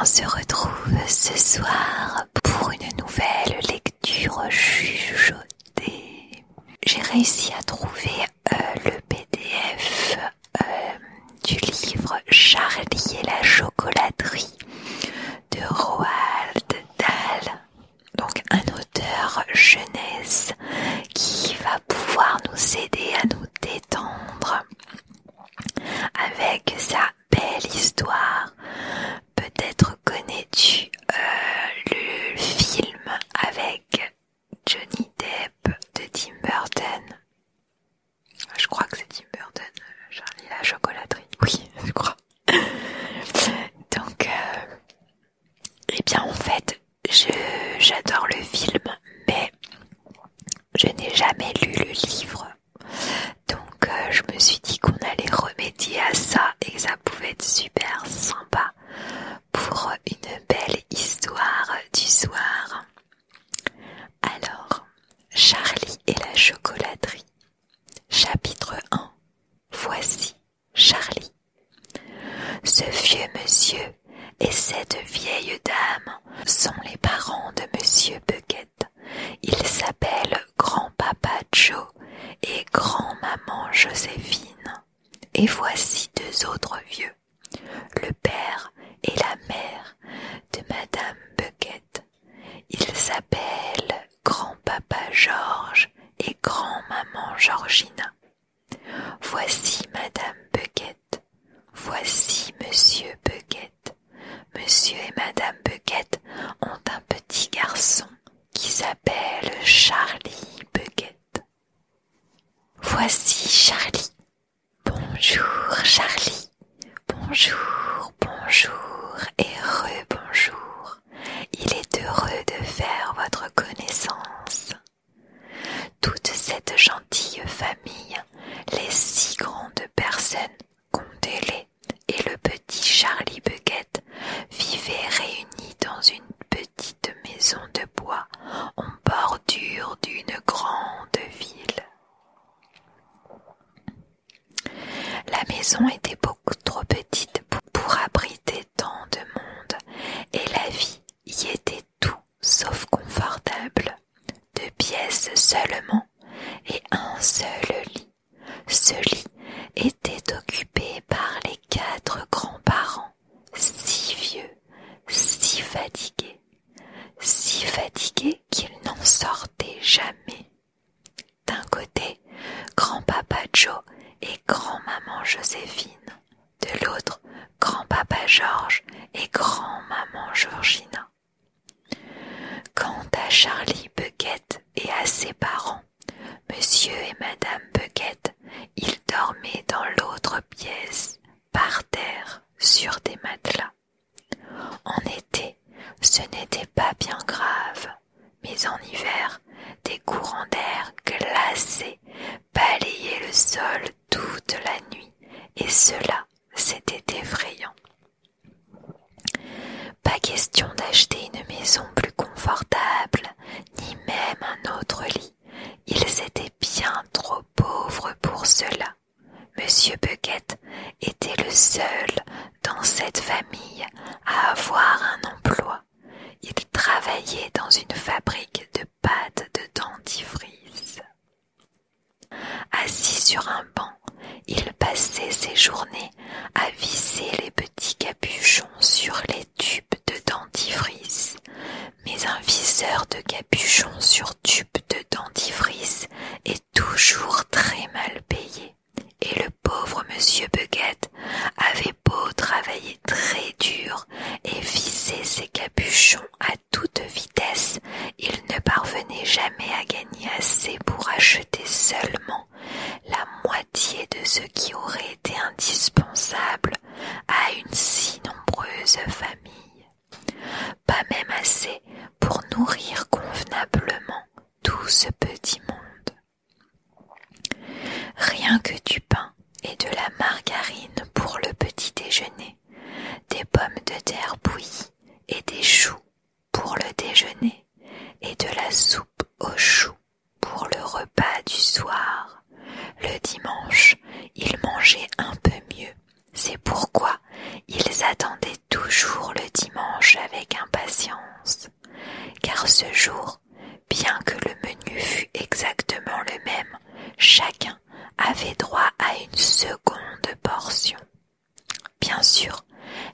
On se retrouve ce soir pour une nouvelle lecture chuchotée. J'ai réussi à trouver le PDF du livre Charlie et la chocolaterie de Roald Dahl. Donc un auteur jeunesse qui va pouvoir nous aider à nous détendre avec sa belle histoire. Peut-être connais-tu le film avec Johnny Depp de Tim Burton. Je crois que c'est Tim Burton, Charlie et la chocolaterie. Oui, je crois. Donc, eh bien en fait, j'adore le film, mais je n'ai jamais lu le livre. Donc je me suis dit qu'on allait remédier à ça et que ça pouvait être super sympa pour une belle histoire du soir. Alors, Charlie et la chocolaterie. Chapitre 1. Voici Charlie. Ce vieux monsieur et cette vieille dame sont les parents de monsieur Bucket. Ils s'appellent grand-papa Joe et grand-maman Joséphine. Et voici deux autres vieux, le père et la mère de madame Bucket. Ils s'appellent grand-papa Georges et grand-maman Georgina. Voici madame Bucket. Voici monsieur Bucket. Monsieur et madame Bucket ont un petit garçon qui s'appelle Charlie Bucket. Voici Charlie. Bonjour Charlie. Bonjour, bonjour et rebonjour. Il est heureux de faire votre connaissance. Toute cette gentille famille, les 6 grandes personnes, comptez-les, et le petit Charlie Bucket vivaient réunis dans une petite maison de bois en bordure d'une grande ville. La maison était beaucoup trop petite pour abriter tant de monde et la vie y était tout sauf confortable. 2 pièces seulement et un seul lit. Ce lit était occupé par les 4 grands-parents, si vieux, si fatigués qu'ils n'en sortaient jamais. D'un côté, grand-papa Joe et grand-maman Joséphine. De l'autre, grand-papa Georges et grand-maman Georgina. Quant à Charlie Bucket et à ses parents, monsieur et madame Bucket, ils dormaient dans l'autre pièce, par terre, sur des matelas. En été, ce n'était pas bien grave, mais en hiver, des courants d'air glacés balayaient le sol toute la nuit, et cela, c'était effrayant. Pas question d'acheter une maison plus confortable, ni même un autre lit. Ils étaient bien trop pauvres pour cela. Monsieur Bucket était le seul dans cette famille à avoir un emploi. Il travaillait dans une fabrique de pâte de dentifrice. Assis sur un banc, il passait ses journées à visser les petits capuchons sur les tubes de dentifrice. Mais un visseur de capuchons sur tube de dentifrice est toujours très mal payé. Et le pauvre monsieur Bucket avait beau travailler très dur et visser ses capuchons à toute vitesse, il ne parvenait jamais à gagner assez pour acheter seulement la moitié de ce qui aurait été indispensable à une si nombreuse famille. Pas même assez pour nourrir convenablement tout ce petit monde. Rien que du pain et de la margarine pour le petit déjeuner, des pommes de terre bouillies et des choux pour le déjeuner, et de la soupe aux choux pour le repas du soir. Le dimanche, ils mangeaient un peu mieux. C'est pourquoi ils attendaient toujours le dimanche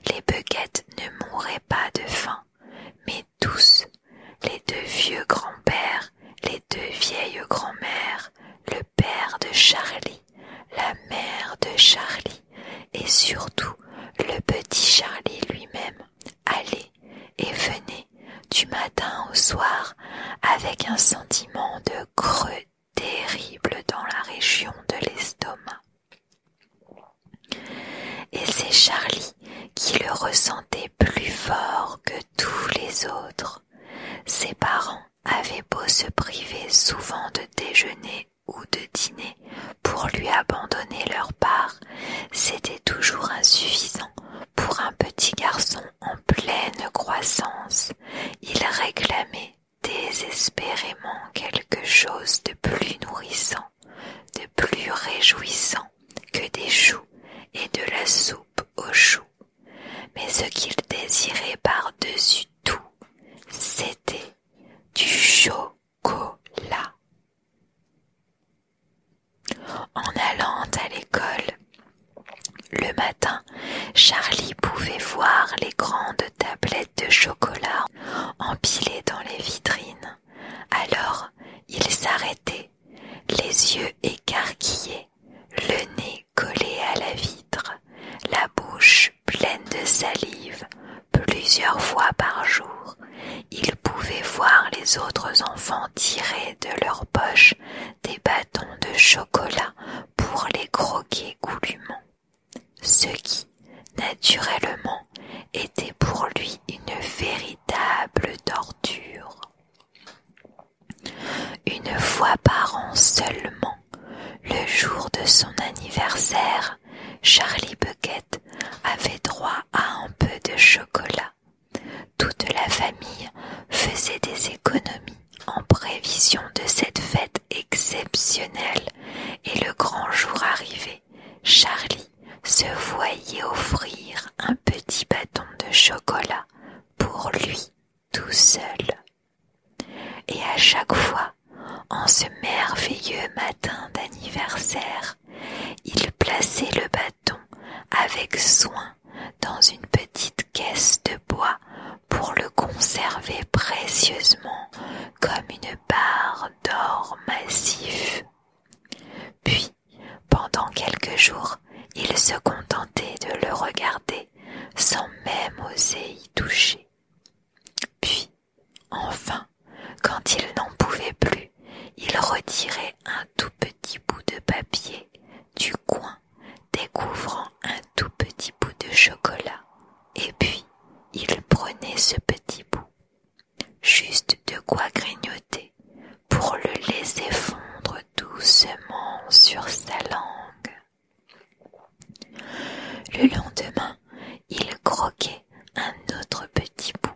les Bucket ne mourraient pas de faim, mais tous, les deux vieux grands-pères, les deux vieilles grand-mères, le père de Charlie, la mère de Charlie et surtout le petit Charlie lui-même allaient et venaient du matin au soir avec un sentiment de creux terrible dans la région de l'estomac. Et c'est Charlie qui le ressentait plus fort que tous les autres. Ses parents avaient beau se priver souvent de déjeuner ou de dîner pour lui abandonner leur part, c'était toujours insuffisant pour un petit garçon en pleine croissance. Il réclamait désespérément quelque chose de plus nourrissant, de plus réjouissant que des choux et de la soupe aux choux. Mais ce qu'il désirait par-dessus tout, c'était du chocolat. En allant à l'école, le matin, Charlie pouvait voir les grandes tablettes de chocolat empilées dans les vitrines. Alors, il s'arrêtait, les yeux écarquillés, le nez collé à la vitre, la bouche pleine de salive, plusieurs fois par jour. Il pouvait voir les autres enfants tirer de leur poche des bâtons de chocolat pour les croquer goulûment. Ce qui, naturellement, était pour lui une véritable torture. Une fois par an seulement, le jour de son anniversaire, Charlie Bucket avait droit à un peu de chocolat. Toute la famille faisait des économies en prévision de cette fête exceptionnelle et le grand jour arrivé, Charlie se voyait offrir un petit bâton de chocolat pour lui tout seul. Et à chaque fois, en ce merveilleux matin d'anniversaire, il plaçait le bâton avec soin dans une petite caisse de bois pour le conserver précieusement comme une barre d'or massif. Puis, pendant quelques jours, il se contentait de le regarder sans même oser y toucher. Puis, enfin, quand il n'en pouvait plus, il retirait un tout petit bout de papier du coin, découvrant un tout petit bout de chocolat. Et puis, il prenait ce petit bout, juste de quoi grignoter, pour le laisser fondre doucement sur sa langue. Le lendemain, il croquait un autre petit bout.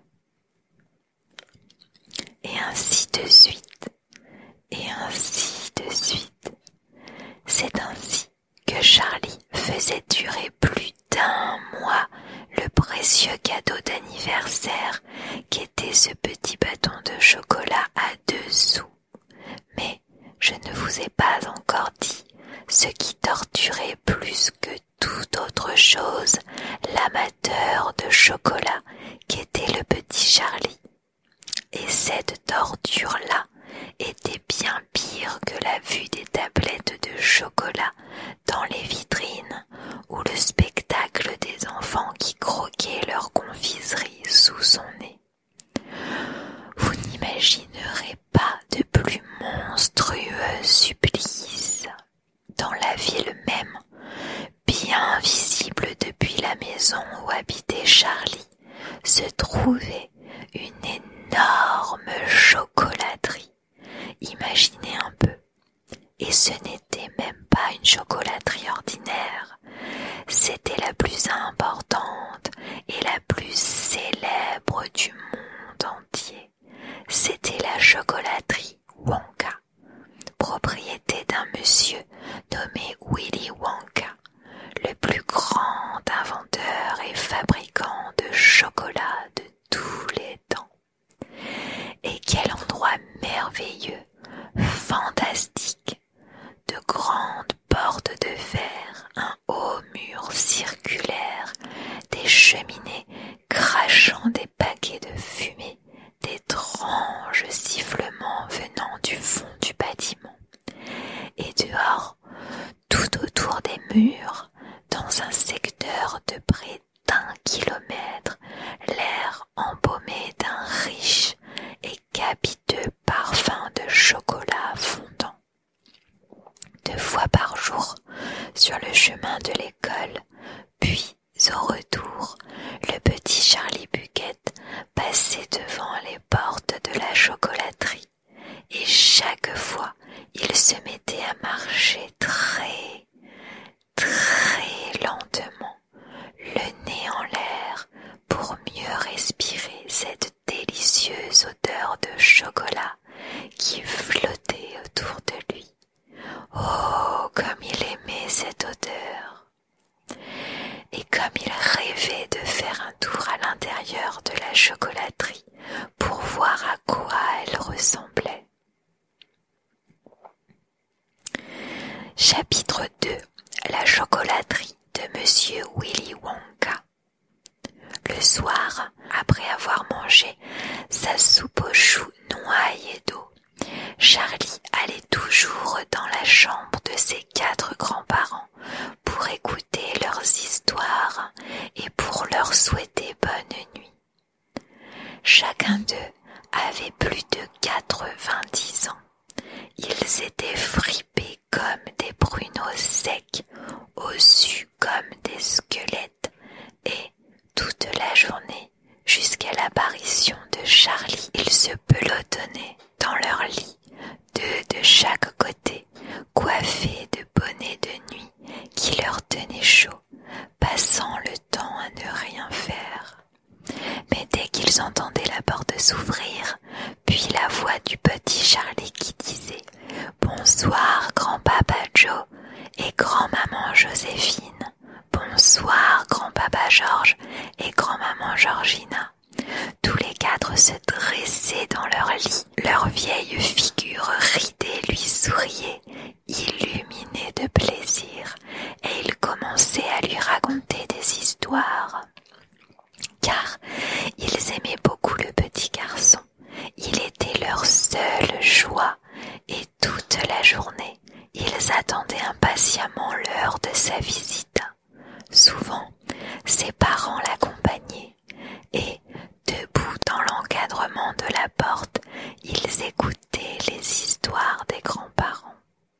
Et ainsi de suite, et ainsi de suite. C'est ainsi que Charlie faisait durer plus d'un mois le précieux cadeau d'anniversaire qu'était ce petit bâton de chocolat à 2 sous. Mais je ne vous ai pas encore dit ce qui torturait plus que toute autre chose l'amateur de chocolat qu'était le petit Charlie. Et cette torture-là était bien pire que la vue des tablettes de chocolat dans les vitrines ou le spectacle des enfants qui croquaient leur confiserie sous son nez. Vous n'imaginerez pas de plus monstrueux supplice. Dans la ville même, bien visible depuis la maison où habitait Charlie, se trouvait une énorme chocolaterie. Imaginez un peu. Et ce n'était même pas une chocolaterie ordinaire. C'était la plus importante et la plus célèbre du monde entier. C'était la chocolaterie Wonka, propriété d'un monsieur nommé Willy Wonka, le plus grand inventeur et fabricant de chocolat de tous les temps. Et quel endroit merveilleux, fantastique, de grandes portes de verre, un haut mur circulaire, des cheminée, crachant des paquets de fumée, d'étranges sifflements venant du fond du bâtiment. Et dehors, tout autour des murs, dans un secteur de près d'1 kilomètre, l'air embaumé d'un riche et capiteux parfum de chocolat fondant. 2 fois par jour, sur le chemin de l'école, puis au retour, le petit Charlie Bucket passait devant les portes de la chocolaterie, et chaque fois, il se mettait à marcher très, très lentement, le nez en l'air, pour mieux respirer cette délicieuse odeur de chocolat qui flottait autour de lui. Oh, comme il aimait cette odeur! Et comme il rêvait de faire un tour à l'intérieur de la chocolaterie pour voir à quoi elle ressemblait. Chapitre 2. La chocolaterie de Monsieur Willy Wonka. Le soir, après avoir mangé sa soupe aux choux, noix et d'eau, Charlie allait toujours dans la chambre de ses 4 grands-parents pour écouter leurs histoires et pour leur souhaiter bonne nuit. Chacun d'eux avait plus de 90 ans. Ils étaient fripés comme des pruneaux secs, ossus comme des squelettes, et toute la journée, jusqu'à l'apparition de Charlie, ils se pelotonnaient dans leur lit, 2 de chaque côté, coiffés de bonnets de nuit qui leur tenaient chaud, passant le temps à ne rien faire. Mais dès qu'ils entendaient la porte s'ouvrir, puis la voix du petit Charlie qui disait « Bonsoir, grand-papa Joe et grand-maman Joséphine. Bonsoir, grand-papa Georges et grand-maman Georgina. » Tous les 4 se dressaient dans leur lit. Leur vieille figure ridée lui souriait, illuminée de plaisir, et ils commençaient à lui raconter des histoires. Car ils aimaient beaucoup le petit garçon. Il était leur seule joie, et toute la journée, ils attendaient impatiemment l'heure de sa visite. Souvent, ses parents l'accompagnaient, et, debout dans l'encadrement de la porte, ils écoutaient les histoires des grands-parents.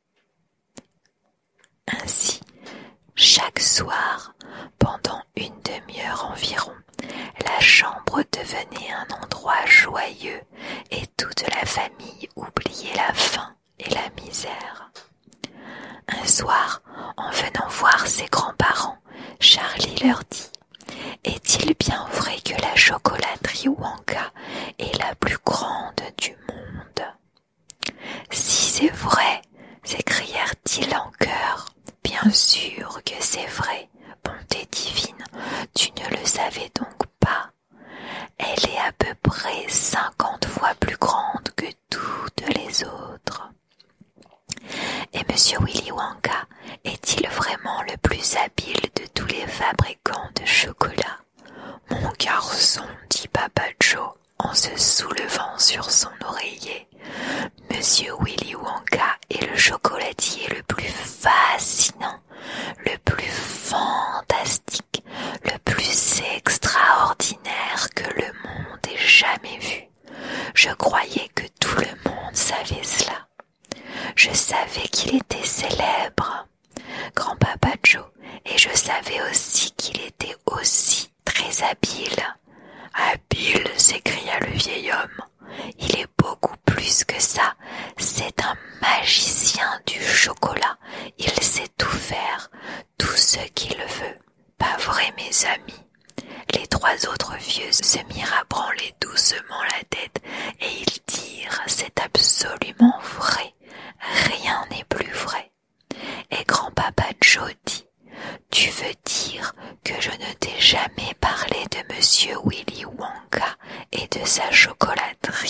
Ainsi, chaque soir, pendant 1 demi-heure environ, la chambre devenait un endroit joyeux et toute la famille oubliait la faim et la misère. Un soir, en venant voir ses grands-parents, Charlie leur dit « Est-il bien vrai que la chocolaterie Wonka est la plus grande du monde ?» « Si c'est vrai, s'écrièrent-ils en chœur. « Bien sûr que c'est vrai, bonté divine, tu ne le savais donc pas. Elle est à peu près 50 fois plus grande que toutes les autres. » Et Monsieur Willy Wonka est-il vraiment le plus habile de tous les fabricants de chocolat? Mon garçon, dit Papa Joe en se soulevant sur son oreiller, Monsieur Willy Wonka est le chocolatier le plus fascinant, le plus fantastique, le plus extraordinaire que le monde ait jamais vu. Je croyais que tout le monde savait cela. Je savais qu'il était célèbre, grand-papa Joe, et je savais aussi qu'il était aussi très habile. Habile, s'écria le vieil homme. Il est beaucoup plus que ça. C'est un magicien du chocolat. Il sait tout faire, tout ce qu'il veut. Pas vrai, mes amis? Les 3 autres vieux se mirent à branler doucement la tête et ils dirent « C'est absolument vrai. Rien n'est plus vrai. » Et grand-papa Joe dit « Tu veux dire que je ne t'ai jamais parlé de Monsieur Willy Wonka et de sa chocolaterie ?»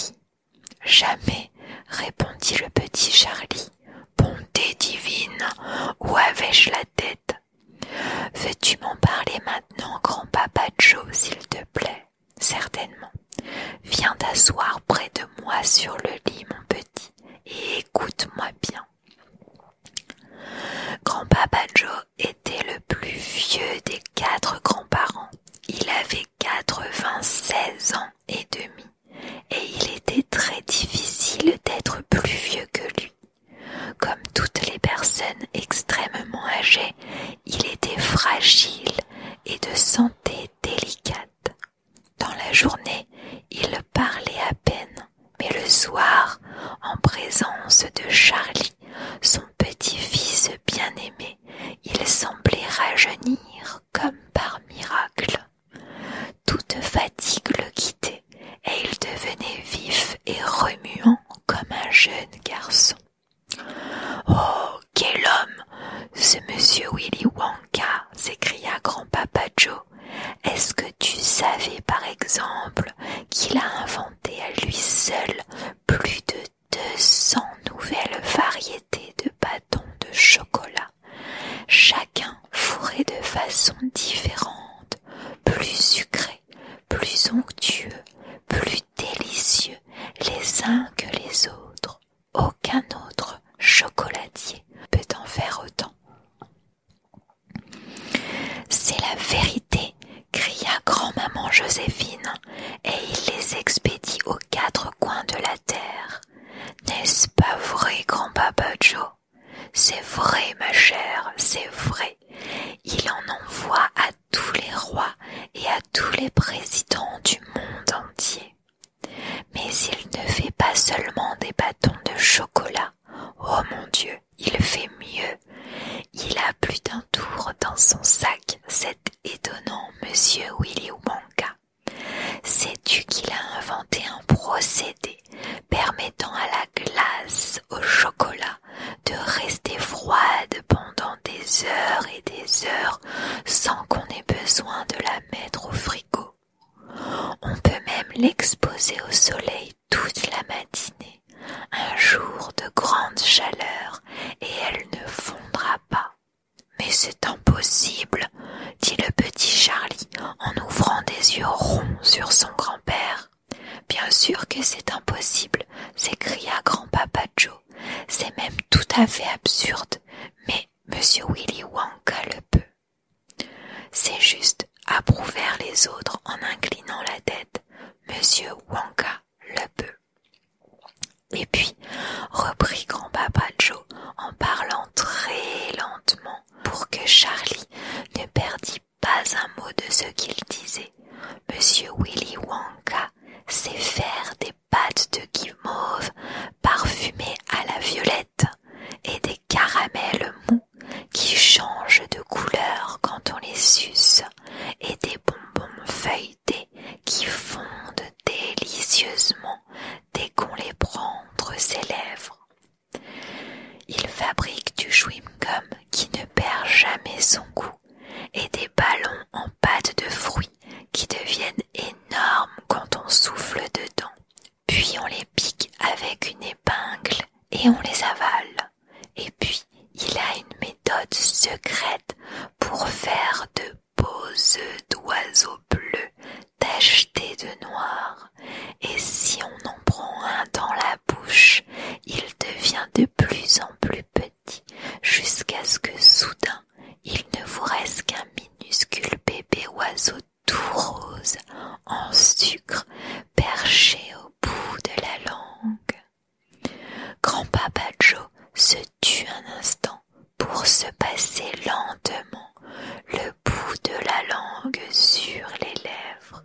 « Jamais, répondit le petit Charlie. Bonté divine, où avais-je la tête? Veux-tu m'en parler maintenant, grand-papa Joe, s'il te plaît? Certainement. Viens t'asseoir près de moi sur le lit, mon petit, et écoute-moi bien. Grand-papa Joe était le plus vieux des 4 grands-parents. Il avait 96 ans et demi, et il était très difficile d'être plus vieux que lui. Comme toutes les personnes extrêmement âgées, il était fragile et de santé délicate. Dans la journée, il parlait à peine, mais le soir, en présence de Charlie, son petit-fils bien-aimé, il semblait rajeunir comme par miracle. Toute fatigue le quittait et il devenait vif et remuant comme un jeune garçon. Oh, quel homme, ce monsieur Willy Wonka, s'écria grand-papa Joe. Est-ce que tu savais par exemple qu'il a inventé à lui seul plus de 200 nouvelles variétés de bâtons de chocolat, chacun fourré de façon différente, plus sucré, plus onctueux, plus délicieux les uns que les autres. Aucun autre chocolatier peut en faire autant. C'est la vérité, cria grand-maman Joséphine, et il les expédie aux 4 coins de la terre. N'est-ce pas vrai, grand-papa Joe? C'est vrai, ma chère, c'est vrai. Il en envoie à tous les rois et à tous les présidents du monde entier. Mais il ne fait pas seulement des bâtons de chocolat. Oh mon Dieu, il fait mieux. Il a plus d'un tour dans son sac, cet étonnant monsieur Willy Wonka. Sais-tu qu'il a inventé un procédé permettant à la glace au chocolat de rester froide pendant des heures et des heures sans qu'on ait besoin de la mettre au frigo? On peut même l'exposer au soleil toute la matinée, un jour de grande chaleur, et elle ne fondra pas. Mais c'est impossible, dit le petit Charlie en ouvrant des yeux ronds sur son grand-père. Bien sûr que c'est impossible, s'écria grand-papa Joe. C'est même tout à fait absurde, mais monsieur Willy Wonka le peut. C'est juste, approuvèrent les autres en inclinant la tête. Monsieur Wonka le peut. Et puis, reprit grand-papa Joe en parlant très lentement pour que Charlie ne perdît pas un mot de ce qu'il disait. Monsieur Willy Wonka sait faire des pâtes de guimauve parfumées à la violette et des caramels mous qui changent de couleur quand on les suce et des bonbons feuilletés qui fondent délicieusement dès qu'on les prend entre ses lèvres. Il fabrique du chewing-gum qui ne perd jamais son goût et des ballons en pâte de fruits qui deviennent énormes quand on souffle dedans. Puis on les pique avec une épingle et on les avale. Et puis il a une méthode secrète pour faire de beaux œufs d'oiseaux bleus tachetés de noir. Et si on en prend un dans la bouche, il devient de plus en plus petit, jusqu'à ce que soudain, il ne vous reste qu'un minuscule bébé oiseau tout rose, en sucre, perché au bout de la langue. Grand-papa Joe se tut un instant pour se passer lentement le bout de la langue sur les lèvres.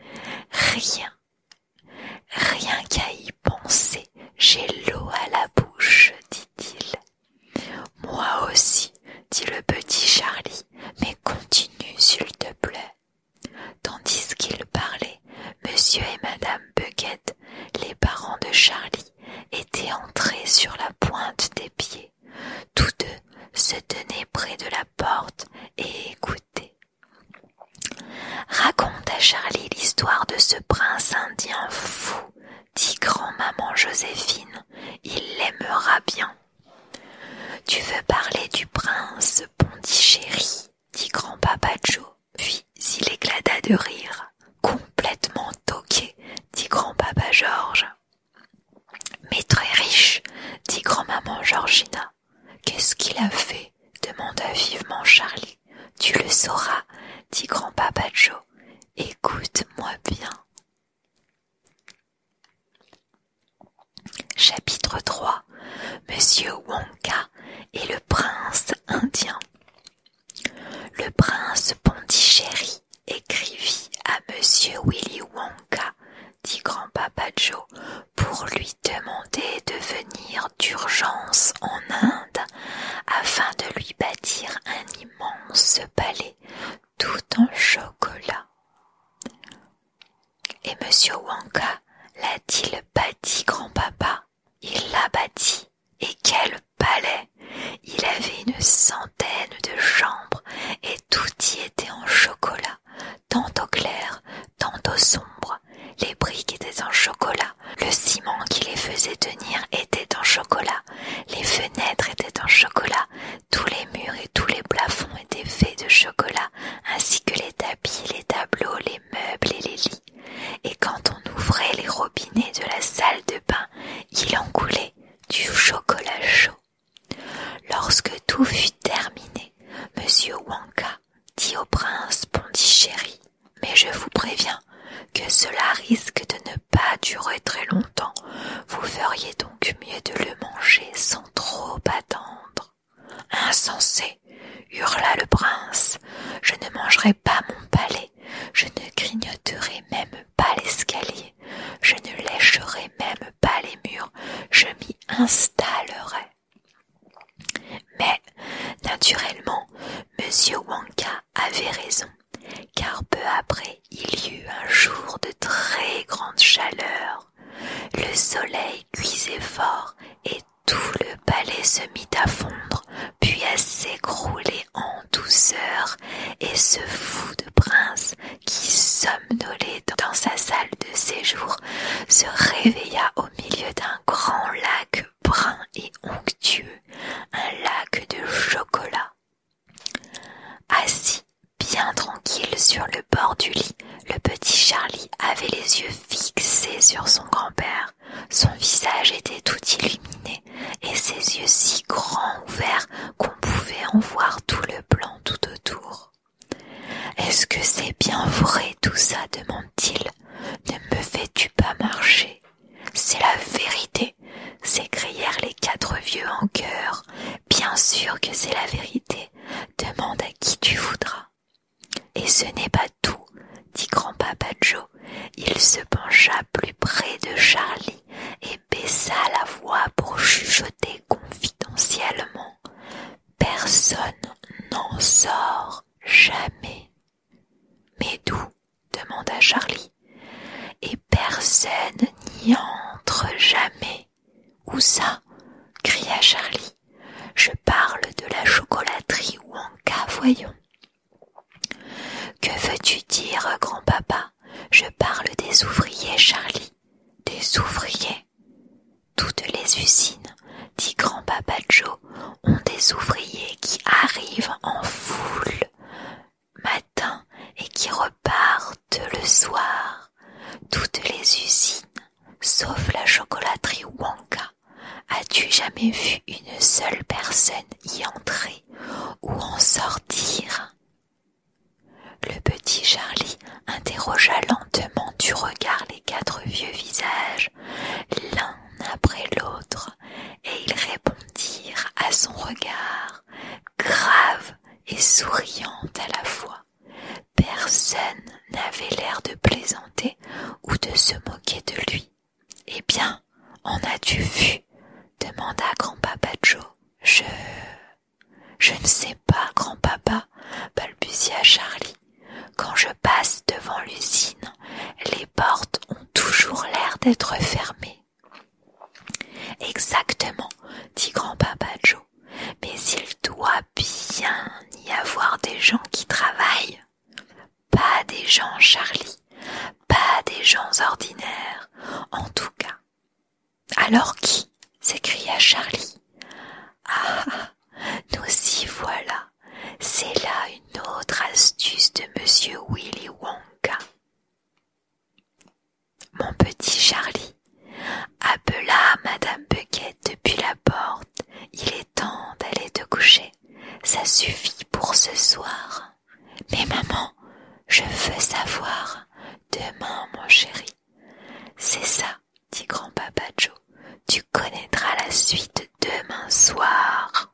Rien qu'à y penser, j'ai l'eau à la bouche, dit-il. Moi aussi, dit le petit Charlie, mais continue s'il te plaît. Tandis qu'il parlait, monsieur et madame Bucket, les parents de Charlie, étaient entrés sur la pointe des pieds. Tous deux se tenaient près de la porte et écoutaient. Raconte à Charlie l'histoire de ce prince indien fou, dit grand-maman Joséphine. Il l'aimera bien. Tu veux parler du prince Pondichéry, dit grand-papa Joe, puis il éclata de rire. Complètement toqué, dit grand-papa George. Mais très riche, dit grand-maman Georgina. Qu'est-ce qu'il a fait? Demanda vivement Charlie. Tu le sauras, dit grand-papa Joe. Écoute-moi bien. Chapitre 3. Monsieur Wonka et le prince indien. Le prince Pondichéry écrivit à Monsieur Willy Wonka, dit grand-papa Joe, pour lui demander de venir d'urgence en Inde afin de lui bâtir un immense palais tout en chocolat. Et Monsieur Wonka l'a-t-il bâti, grand-papa? Il l'a bâti. Et quel palais! Il avait une centaine de chambres et tout y était en chocolat, tantôt clair, tantôt sombre. Les briques étaient en chocolat, le ciment qui les faisait tenir était en chocolat, les fenêtres étaient en chocolat, tous les murs et tous les plafonds étaient faits de chocolat, ainsi que les tapis, les tableaux, les meubles et les lits. Et quand on ouvrait les robinets de la salle de bain, il en coulait du chocolat chaud. Lorsque tout fut terminé, Monsieur Wonka dit au prince Pondichéry, « Mais je vous préviens que cela risque de ne pas durer très longtemps. Vous feriez donc mieux de le manger sans trop attendre. » « Insensé !» hurla le prince. « Je ne mangerai pas mon palais. Je ne grignoterai même pas l'escalier. Je ne lécherai même pas les murs. Je m'y installerai. » Mais, naturellement, Monsieur Wonka avait raison, car peu après, il y eut un jour de très grande chaleur. Le soleil cuisait fort et tout le palais se mit à fondre, puis à s'écrouler en douceur, et ce fou de prince, qui somnolait dans sa salle de séjour, se réveilla au milieu d'un grand lac brun et onctueux, un lac de chocolat. Assis, bien tranquille sur le bord du lit, le petit Charlie avait les yeux fixés sur son grand-père. Son visage était tout illuminé et ses yeux si grands ouverts qu'on pouvait en voir tout le blanc tout autour. « Est-ce que c'est bien vrai tout ça ?» demande-t-il. « Ne me fais-tu pas marcher ?»« C'est la vérité !» s'écrièrent les 4 vieux en chœur. « Bien sûr que c'est la vérité. Demande à qui tu voudras. » Et ce n'est pas tout, dit grand-papa Joe. Il se pencha plus près de Charlie et baissa la voix pour chuchoter confidentiellement. « Personne n'en sort jamais. »« Mais d'où ?» demanda Charlie. « Et personne n'y entre jamais. »« Où ça ?» cria Charlie. « Je parle de la chocolaterie Wonka, voyons. » « Que veux-tu dire, grand-papa ? Je parle des ouvriers, Charlie. »« Des ouvriers ? » ?»« Toutes les usines, dit grand-papa Joe, ont des ouvriers qui arrivent en foule matin et qui repartent le soir. Toutes les usines, sauf la chocolaterie Wonka. As-tu jamais vu une seule personne y entrer ou en sortir ? Le petit Charlie interrogea lentement du regard les 4 vieux visages, l'un après l'autre, et ils répondirent à son regard, grave et souriant à la fois. Personne n'avait l'air de plaisanter ou de se moquer de lui. « Eh bien, en as-tu vu ?» demanda grand-papa Joe. « Je ne sais pas, grand-papa, » balbutia Charlie. Quand je passe devant l'usine, les portes ont toujours l'air d'être fermées. Exactement, dit grand-papa Joe, mais il doit bien y avoir des gens qui travaillent. Pas des gens, Charlie, pas des gens ordinaires, en tout cas. Alors qui ? S'écria Charlie. Ah, nous y voilà. C'est là une autre astuce de Monsieur Willy Wonka. Mon petit Charlie appela Madame Bucket depuis la porte. Il est temps d'aller te coucher. Ça suffit pour ce soir. Mais maman, je veux savoir. Demain, mon chéri. C'est ça, dit grand-papa Joe. Tu connaîtras la suite demain soir.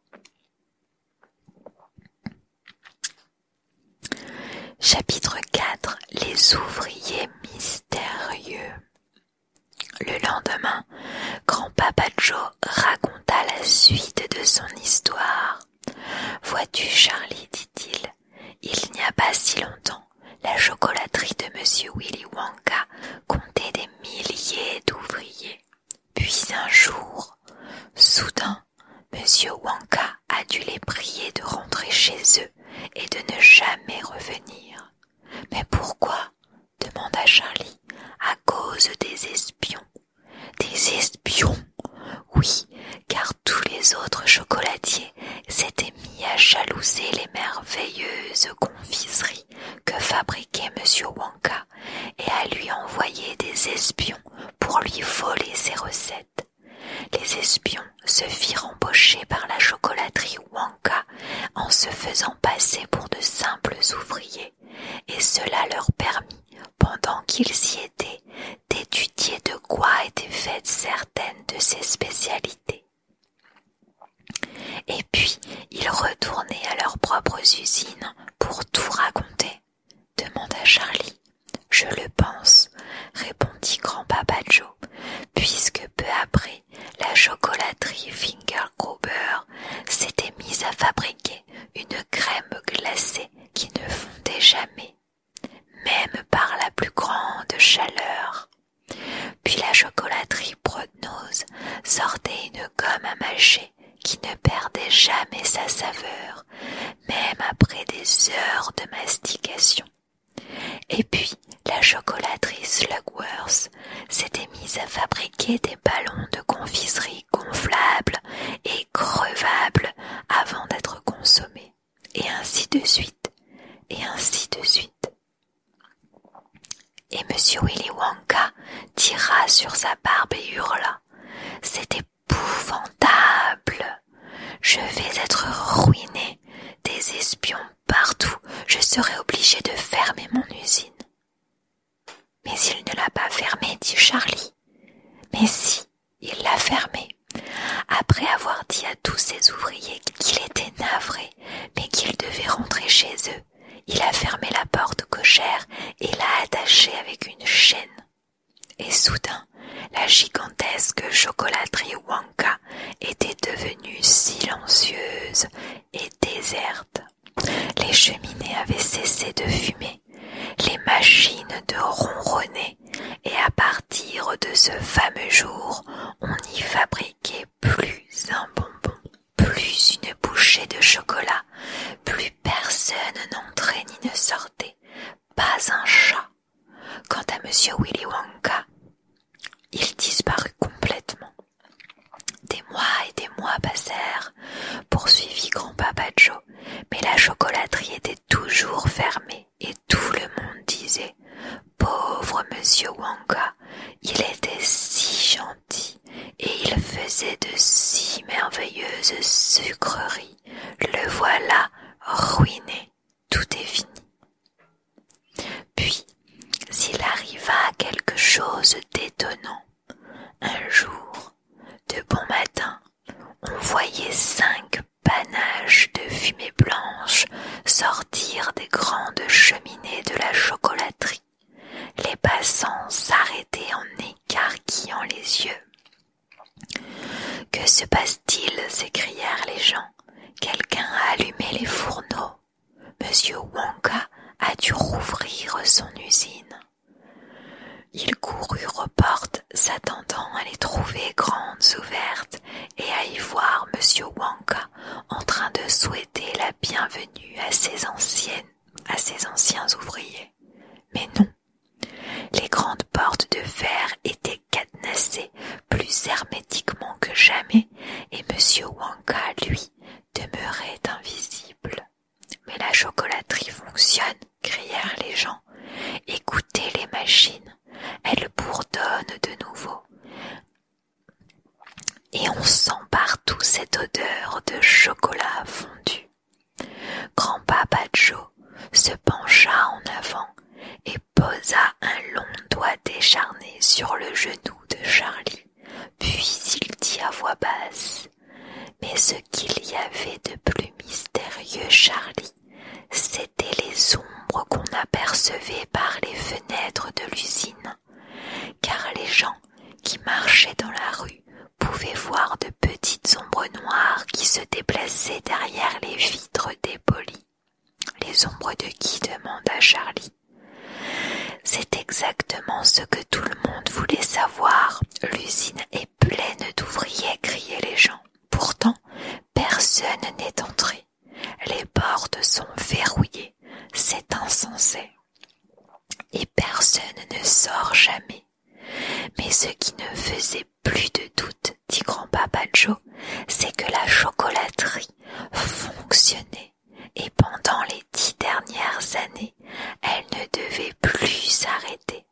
Chapitre 4. Les ouvriers mystérieux. Le lendemain, grand-papa Joe raconta la suite de son histoire. Vois-tu, Charlie, dit-il, il n'y a pas si longtemps, la chocolaterie de Monsieur Willy Wonka comptait des milliers d'ouvriers. Puis un jour, soudain, Monsieur Wonka a dû les prier de rentrer chez eux et de ne jamais revenir. Mais pourquoi? Demanda Charlie. À cause des espions. Des espions? Oui, car tous les autres chocolatiers s'étaient mis à jalouser les merveilleuses confiseries que fabriquait Monsieur Wonka et à lui envoyer des espions pour lui voler ses recettes. Les espions se firent embaucher par la chocolaterie Wonka en se faisant passer pour de simples ouvriers, et cela leur permit, pendant qu'ils y étaient, d'étudier de quoi étaient faites certaines de ses spécialités. Et puis, ils retournaient à leurs propres usines pour tout raconter, demanda Charlie. Je le pense, répondit grand-papa Joe, puisque peu après, la chocolaterie Fingergruber s'était mise à fabriquer une crème glacée qui ne fondait jamais, même par la plus grande chaleur. Puis la chocolaterie Brodnose sortait une gomme à mâcher qui ne perdait jamais sa saveur, même après des heures de mastication. Et puis, la chocolaterie Slugworth s'était mise à fabriquer des ballons de confiserie gonflables et crevables avant d'être consommés, et ainsi de suite, et ainsi de suite. Et Monsieur Willy Wonka tira sur sa barbe et hurla. C'est épouvantable! Je vais être ruiné, des espions partout, je serai obligé de fermer mon usine. Mais il ne l'a pas fermée, dit Charlie. Mais si, il l'a fermée. Après avoir dit à tous ses ouvriers qu'il était navré, mais qu'ils devaient rentrer chez eux, il a fermé la porte cochère et l'a attachée avec une chaîne. Et soudain, la gigantesque chocolaterie Wonka était devenue silencieuse et déserte. Les cheminées avaient cessé de fumer, les machines de ronronner, et à partir de ce fameux jour, on n'y fabriquait plus un bonbon, plus une bouchée de chocolat, plus personne n'entrait ni ne sortait, pas un chat. Quant à Monsieur Willy Wonka, il disparut complètement. Des mois passèrent, poursuivit grand-papa Joe, mais la chocolaterie était toujours fermée et tout le monde disait « Pauvre Monsieur Wonka, il était si gentil et il faisait de si merveilleuses sucreries. Le voilà ruiné, tout est fini. » Puis, s'il arriva quelque chose d'étonnant, un jour, de bon matin, on voyait 5 panaches de fumée blanche sortir des grandes cheminées de la chocolaterie. Les passants s'arrêtaient en écarquillant les yeux. « Que se passe-t-il » s'écrièrent les gens. « Quelqu'un a allumé les fourneaux. Monsieur Wonka a dû rouvrir son usine. » Ils coururent aux portes, s'attendant à les trouver grandes ouvertes et à y voir Monsieur Wonka en train de souhaiter la bienvenue à ses anciens ouvriers. Mais non, les grandes portes de fer étaient cadenassées plus hermétiquement que jamais et Monsieur Wonka, lui, demeurait invisible. Mais la chocolaterie machine, elle bourdonne de nouveau. Et on sent partout cette odeur de chocolat fondu. Grand-papa Joe se pencha en avant et posa un long doigt décharné sur le genou de Charlie, puis il dit à voix basse: « Mais ce qu'il y avait de plus mystérieux, Charlie, c'étaient les ombres qu'on apercevait par les fenêtres de l'usine, car les gens qui marchaient dans la rue pouvaient voir de petites ombres noires qui se déplaçaient derrière les vitres dépolies. » « Les ombres de qui ?» demanda Charlie. « C'est exactement ce que tout le monde voulait savoir. L'usine est pleine d'ouvriers, criaient les gens. Pourtant, personne n'est entré. Les portes sont verrouillées. C'est insensé. Et personne ne sort jamais. Mais ce qui ne faisait plus de doute, dit grand-papa Joe, c'est que la chocolaterie fonctionnait. Et pendant les 10 dernières années, elle ne devait plus s'arrêter.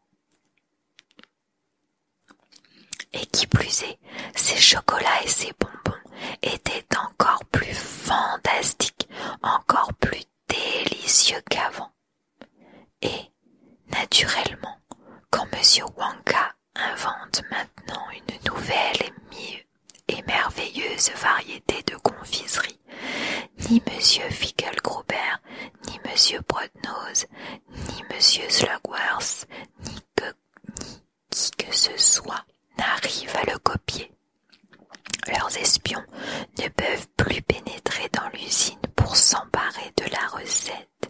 Et qui plus est, ces chocolats et ces bonbons étaient encore plus fantastiques, encore plus délicieux qu'avant. Et, naturellement, quand Monsieur Wonka invente maintenant une nouvelle et merveilleuse variété de confiserie, ni Monsieur Fickelgruber, ni Monsieur Broadnose, ni Monsieur Slugworth, ni qui que ce soit n'arrive à le copier. Leurs espions ne peuvent plus pénétrer dans l'usine pour s'emparer de la recette.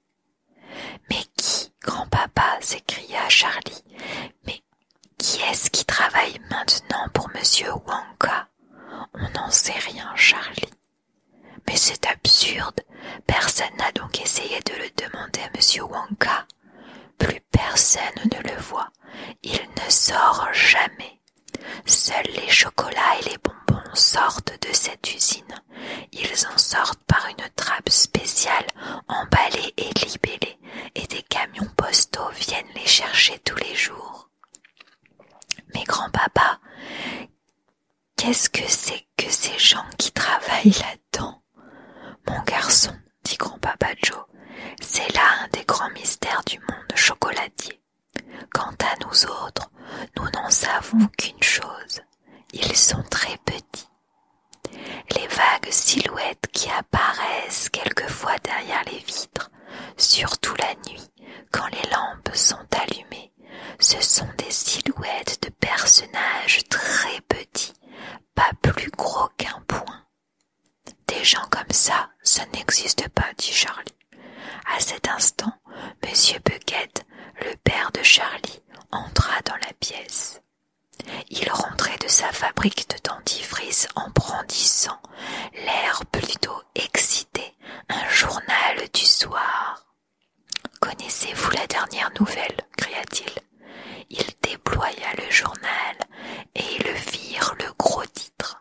« Mais qui, grand-papa ?» s'écria Charlie. « Mais qui est-ce qui travaille maintenant pour Monsieur Wonka ?»« On n'en sait rien, Charlie. » « Mais c'est absurde. Personne n'a donc essayé de le demander à Monsieur Wonka. Plus personne ne le voit. Il ne sort jamais. Seuls les chocolats et les bonbons sortent de cette usine. Ils en sortent par une trappe spéciale, emballée et libellée, et des camions postaux viennent les chercher tous les jours. Mais grand-papa, qu'est-ce que c'est que ces gens qui travaillent là-dedans ? Mon garçon, dit grand-papa Joe, c'est là un des grands mystères du monde chocolatier. Quant à nous autres, nous n'en savons qu'une chose, ils sont très petits. Les vagues silhouettes qui apparaissent quelquefois derrière les vitres, surtout la nuit, quand les lampes sont allumées, ce sont des silhouettes de personnages très petits, pas plus gros qu'un poing. Des gens comme ça n'existe pas, dit Charlie. À cet instant, Monsieur Bucket, le père de Charlie, entra dans la pièce. Il rentrait de sa fabrique de dentifrice en brandissant, l'air plutôt excité, un journal du soir. « Connaissez-vous la dernière nouvelle ?» cria-t-il. Il déploya le journal et ils virent le gros titre.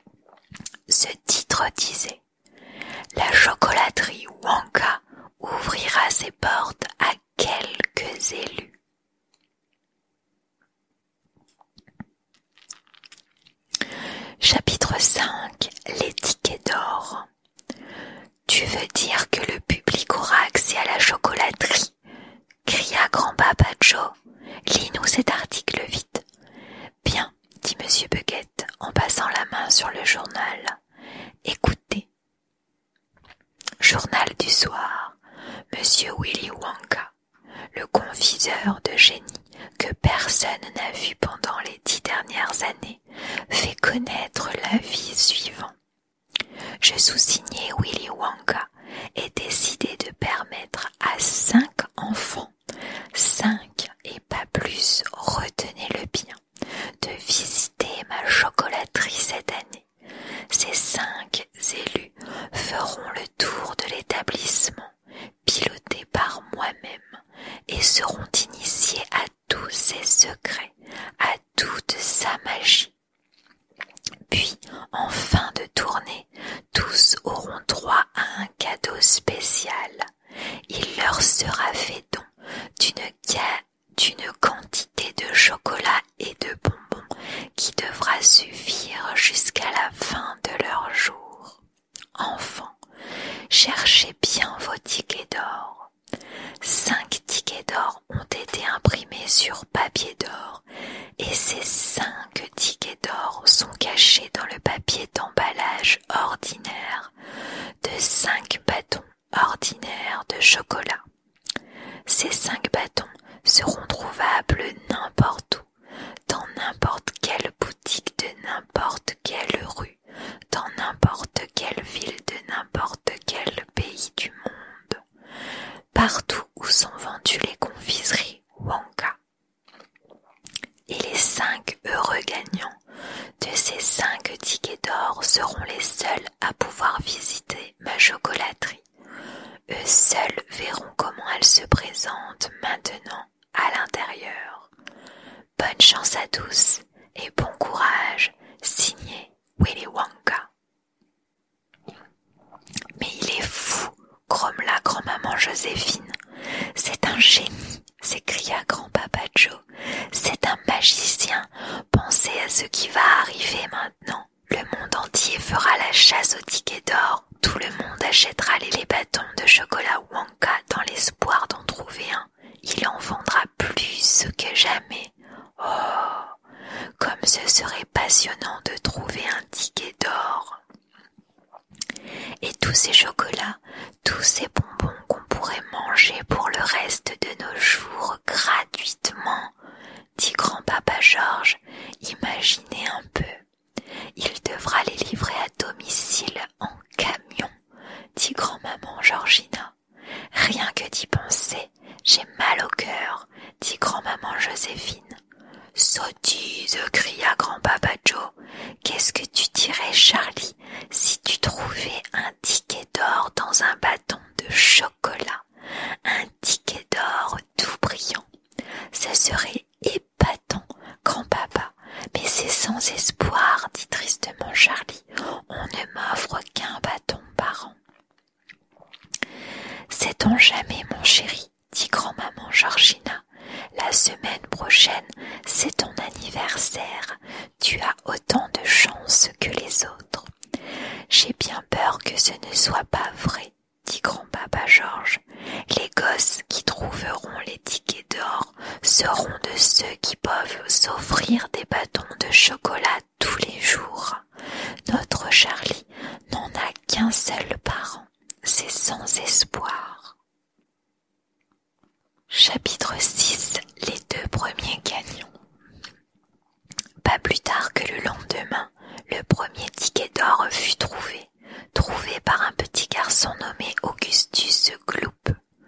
Ce titre disait « La chocolaterie Wonka ouvrira ses portes à quelques élus. » Chapitre 5. Les tickets d'or. Tu veux dire que le public aura accès à la chocolaterie ? Cria grand-papa Joe. Lis-nous cet article vite. Bien, dit Monsieur Bucket en passant la main sur le journal. Écoutez. Journal du soir. Monsieur Willy Wonka, le confiseur de génie que personne n'a vu pendant les 10 dernières années, fait connaître l'avis suivant. Je sous-signais Willy Wonka et décidé de permettre à 5 enfants, 5 et pas plus, retenez-le bien, de visiter ma chocolaterie cette année. Ces 5 élus feront le tour de l'établissement, pilotés par moi-même, et seront initiés à tous ses secrets, à toute sa magie. Puis, en fin de tournée, tous auront droit à un cadeau spécial. Il leur sera fait don d'une quantité de chocolat et de bonbons qui devra suffire jusqu'à la fin de leur jour. Enfants, cherchez bien vos tickets d'or. 5 tickets d'or ont été imprimés sur papier d'or et ces 5 tickets d'or sont cachés dans le papier d'emballage ordinaire de 5 bâtons ordinaires de chocolat. Ces 5 bâtons seront trouvables n'importe où, dans n'importe quelle boutique de n'importe quelle rue, dans n'importe quelle ville de n'importe quel pays du monde, partout où sont vendues les confiseries Wonka. Et les 5 heureux gagnants de ces 5 tickets d'or seront les seuls à pouvoir visiter ma chocolaterie. Eux seuls verront comment elle se présente maintenant à l'intérieur. Bonne chance à tous et bon courage, signé Willy Wonka. Mais il est fou, grommela grand-maman Joséphine. C'est un génie, s'écria grand-papa Joe. C'est un magicien. Pensez à ce qui va arriver maintenant. Le monde entier fera la chasse aux tickets d'or. Tout le monde achètera les bâtons de chocolat Wonka dans l'espoir d'en trouver un. Il en vendra plus que jamais. Oh, comme ce serait passionnant de trouver un ticket d'or. Et tous ces chocolats, tous ces bonbons qu'on pourrait manger pour le reste de nos jours gratuitement, dit grand-papa Georges. Imaginez un peu. Il devra les livrer à domicile en camion, dit grand-maman Georgina. Rien que d'y penser, j'ai mal au cœur, dit grand-maman Joséphine. Sottise, cria grand-papa Joe. Qu'est-ce que tu dirais, Charlie, si tu trouvais un ticket d'or dans un bâton de chocolat, un ticket d'or tout brillant? Ça serait épatant, grand-papa, mais c'est sans espoir, dit tristement Charlie. On ne m'offre qu'un bâton par an. Sait-on jamais, mon chéri, dit grand-maman Georgina. La semaine prochaine, c'est ton anniversaire. Tu as autant de chance que les autres. J'ai bien peur que ce ne soit pas vrai, dit grand-papa Georges. Les gosses qui trouveront les tickets d'or seront de ceux qui peuvent s'offrir des bâtons de chocolat tous les jours. Notre Charlie n'en a qu'un seul par an. C'est sans espoir. Chapitre 6. Les 2 premiers gagnants. Pas plus tard que le lendemain, le premier ticket d'or fut trouvé par un petit garçon nommé Augustus Gloop.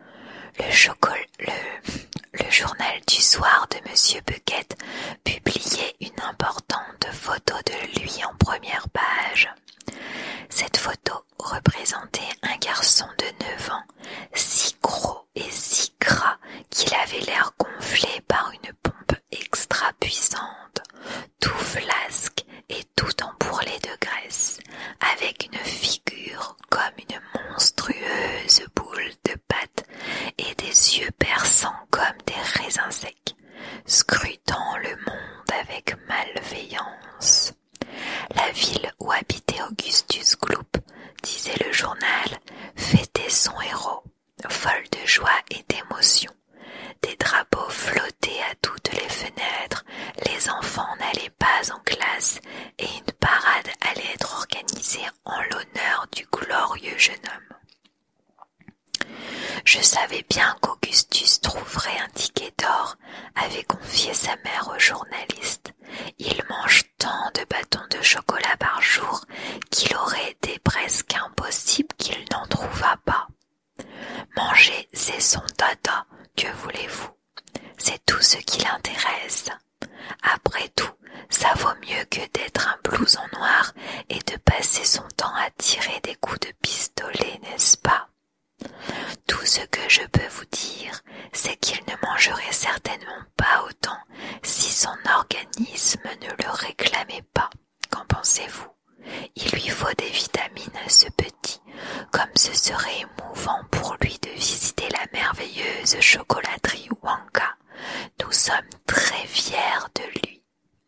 Le journal du soir de Monsieur Bucket publiait une importante photo de lui en première page. Cette photo représentait un garçon de 9 ans, si gros et si gras qu'il avait l'air gonflé par une pompe extra puissante, tout flasque et tout embourrelé de graisse, avec une figure comme une monstrueuse boule de pâte et des yeux perçants comme des raisins secs, scrutant le monde avec malveillance. La ville où habitait Augustus Gloop, disait le journal, fêtait son héros, folle de joie et d'émotion. Des drapeaux flottaient à toutes les fenêtres, les enfants n'allaient pas en classe et une parade allait être organisée en l'honneur du glorieux jeune homme. Je savais bien qu'Augustus trouverait un ticket d'or, avait confié sa mère au journaliste. Il mange tant de bâtons de chocolat par jour qu'il aurait été presque impossible qu'il n'en trouvât pas. Manger, c'est son dada, que voulez-vous? C'est tout ce qui l'intéresse. Après tout, ça vaut mieux que d'être un blouson noir et de passer son temps à tirer des coups de pistolet, n'est-ce pas? Tout ce que je peux vous dire, c'est qu'il ne mangerait certainement pas autant si son organisme ne le réclamait pas. Qu'en pensez-vous? Il lui faut des vitamines à ce petit, comme ce serait émouvant pour lui de visiter la merveilleuse chocolaterie Wonka. sommes très fiers de lui. »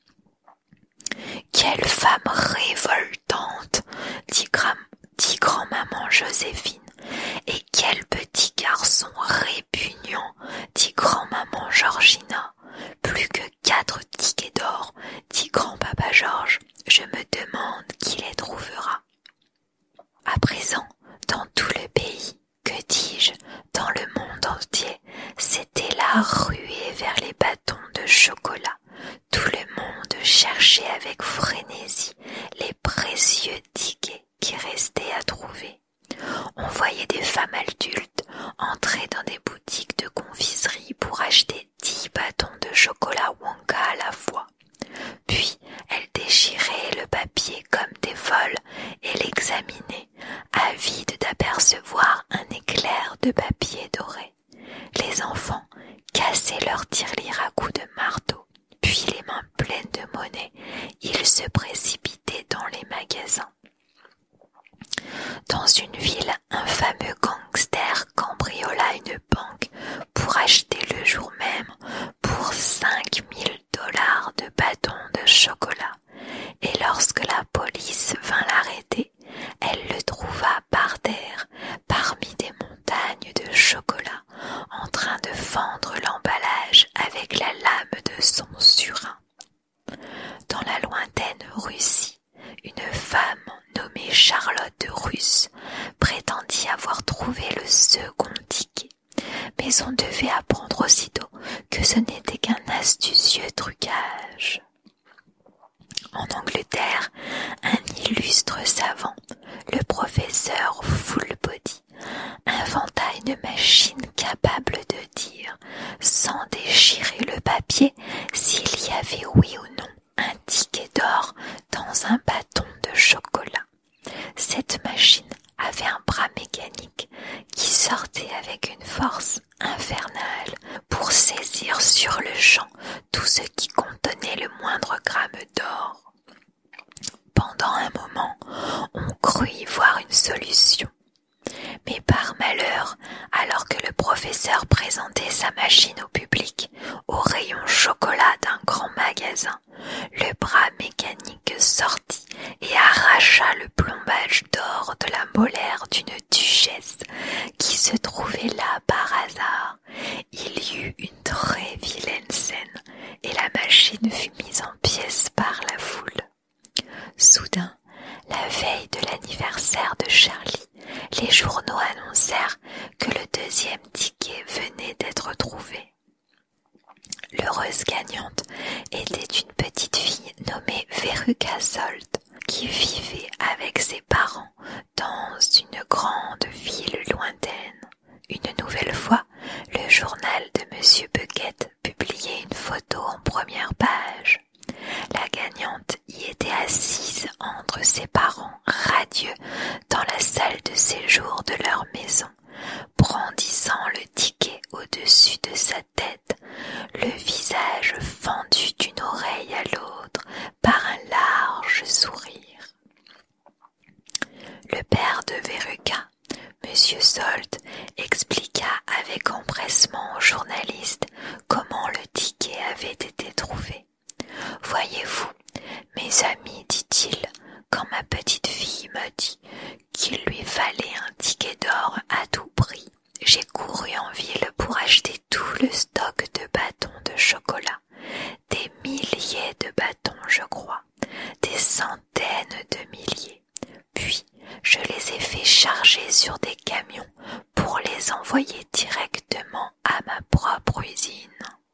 « Quelle femme révoltante, dit grand-maman Joséphine. « Et quel petit garçon répugnant, dit grand-maman Georgina. « Plus que 4 tickets d'or, dit grand-papa Georges. Je me demande qui les trouvera. » À présent, dans tout le pays, que dis-je, dans le monde entier, c'était la ruée vers les bâtons de chocolat. Tout le monde cherchait avec frénésie les précieux tickets qui restaient à trouver. On voyait des femmes adultes entrer dans des boutiques de confiserie pour acheter 10 bâtons de chocolat Wonka à la fois. Puis elles déchiraient le papier comme des folles et l'examinaient, avides d'apercevoir un éclair de papier doré. Les enfants cassaient leur tirelire à coups de marteau, puis les mains pleines de monnaie, ils se précipitaient dans les magasins. Dans une ville, un fameux gangster cambriola une banque pour acheter le jour même pour 5 000 $ de bâtons de chocolat. Et lorsque la police vint l'arrêter, elle le trouva par terre, parmi des montagnes de chocolat, en train de fendre l'emballage avec la lame de son surin. Dans la lointaine Russie, une femme nommée Charlotte Russe prétendit avoir trouvé le second ticket, mais on devait apprendre aussitôt que ce n'était qu'un astucieux trucage. En Angleterre, un illustre savant, le professeur Fullbody, inventa une machine capable de dire, sans déchirer le papier, s'il y avait oui ou non un ticket d'or dans un bâton de chocolat. Cette machine avait un bras mécanique qui sortait avec une force infernale pour saisir sur le champ tout ce qui contenait le moindre gramme d'or. Pendant un moment, on crut y voir une solution. Mais par malheur, alors que le professeur présentait sa machine au public, au rayon chocolat d'un grand magasin, le bras mécanique sortit et arracha le plombage d'or de la molaire d'une duchesse qui se trouvait là par hasard. Il y eut une très vilaine scène et la machine fut mise en pièces par la foule. Soudain, la veille de l'anniversaire de Charlie, les journaux annoncèrent que le deuxième ticket venait d'être trouvé. L'heureuse gagnante était une petite fille nommée Veruca Salt, qui vivait avec ses parents dans une grande ville lointaine. Une nouvelle fois, le journal de Monsieur Bucket publiait une photo en première page. La gagnante y était assise entre ses parents radieux dans la salle de séjour de leur maison, brandissant le ticket au-dessus de sa tête, le visage fendu d'une oreille à l'autre par un large sourire. Le père de Veruca, Monsieur Salt, expliqua avec empressement au journaliste comment le ticket avait été trouvé. « Voyez-vous, mes amis, dit-il, quand ma petite fille m'a dit qu'il lui fallait un ticket d'or à tout prix, j'ai couru en ville pour acheter tout le stock de bâtons de chocolat, des milliers de bâtons, je crois, des centaines de milliers. Puis, je les ai fait charger sur des camions pour les envoyer directement à ma propre usine.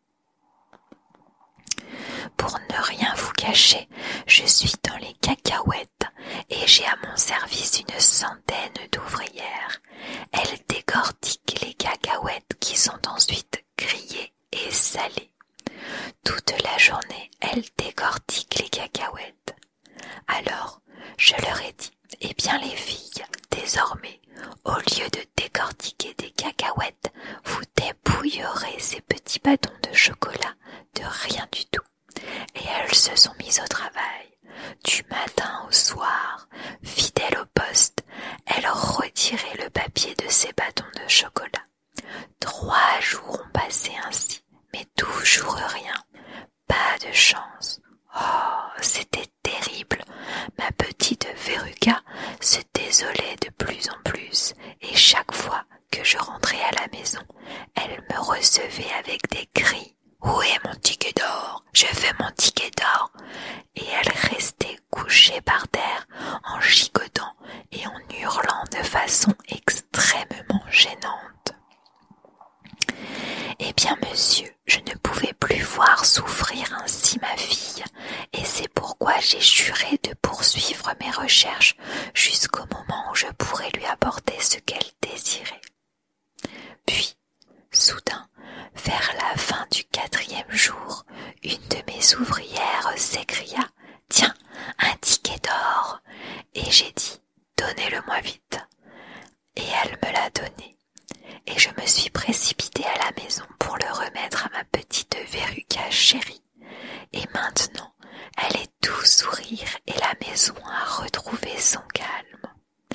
Pour ne rien vous cacher, je suis dans les cacahuètes et j'ai à mon service une centaine d'ouvrières. Elles décortiquent les cacahuètes qui sont ensuite grillées et salées. Toute la journée, elles décortiquent les cacahuètes. Alors, je leur ai dit, eh bien les filles, désormais, au lieu de décortiquer des cacahuètes, vous dépouillerez ces petits bâtons de chocolat de rien du tout. Et elles se sont mises au travail. Du matin au soir, fidèles au poste, elles retiraient le papier de ces bâtons de chocolat. 3 jours ont passé ainsi, mais toujours rien. Pas de chance. Oh, c'était terrible. Ma petite Veruca se désolait de plus en plus, et chaque fois que je rentrais à la maison, elle me recevait avec des cris. « Où est mon ticket d'or? Je veux mon ticket d'or !» Et elle restait couchée par terre en gigotant et en hurlant de façon extrêmement gênante. Eh bien, monsieur, je ne pouvais plus voir souffrir ainsi ma fille, et c'est pourquoi j'ai juré de poursuivre mes recherches jusqu'au moment où je pourrais lui apporter ce qu'elle désirait. Puis, soudain, vers la fin du 4e jour, une de mes ouvrières s'écria « Tiens, un ticket d'or !» Et j'ai dit « Donnez-le-moi vite !» Et elle me l'a donné. Et je me suis précipitée à la maison pour le remettre à ma petite Veruca chérie. Et maintenant, elle est tout sourire et la maison a retrouvé son calme.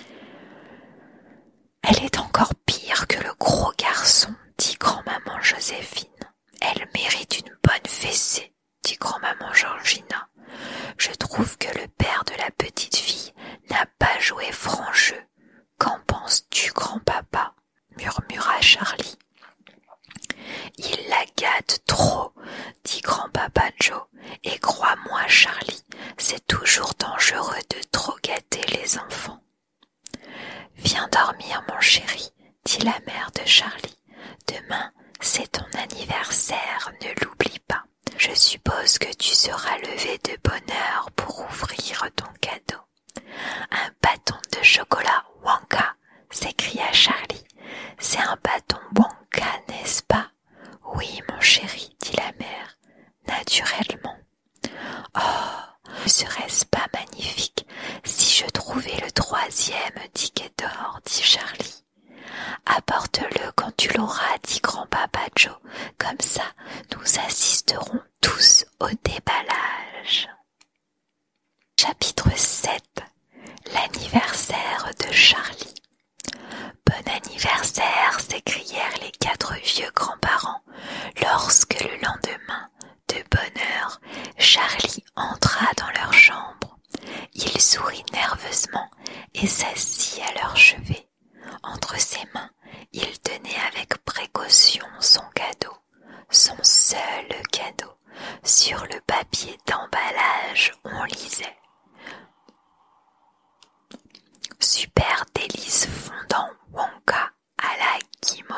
Elle est encore pire que le gros garçon, dit grand-maman Joséphine. Elle mérite une bonne fessée, dit grand-maman Georgina. Je trouve que le père de la petite fille n'a pas joué franc jeu. Qu'en penses-tu, grand-papa? Murmura Charlie. Il la gâte trop, dit grand-papa Joe, et crois-moi, Charlie, c'est toujours dangereux de trop gâter les enfants. Viens dormir, mon chéri, dit la mère de Charlie. Demain, c'est ton anniversaire, ne l'oublie pas. Je suppose que tu seras levé de bonne heure pour ouvrir ton cadeau. Un bâton de chocolat Wonka, s'écria Charlie. C'est un bâton Wonka, n'est-ce pas? Oui, mon chéri, dit la mère, naturellement. Oh, ne serait-ce pas magnifique si je trouvais le 3e ticket d'or, dit Charlie. Apporte-le quand tu l'auras, dit grand-papa Joe. Comme ça, nous assisterons tous au déballage. Chapitre 7. L'anniversaire de Charlie. Bon anniversaire, s'écrièrent les 4 vieux grands-parents lorsque le lendemain, de bonne heure, Charlie entra dans leur chambre. Il sourit nerveusement et s'assit à leur chevet. Entre ses mains, il tenait avec précaution son cadeau, son seul cadeau. Sur le papier d'emballage, on lisait « Super délice fondant Wonka à la guimauve ».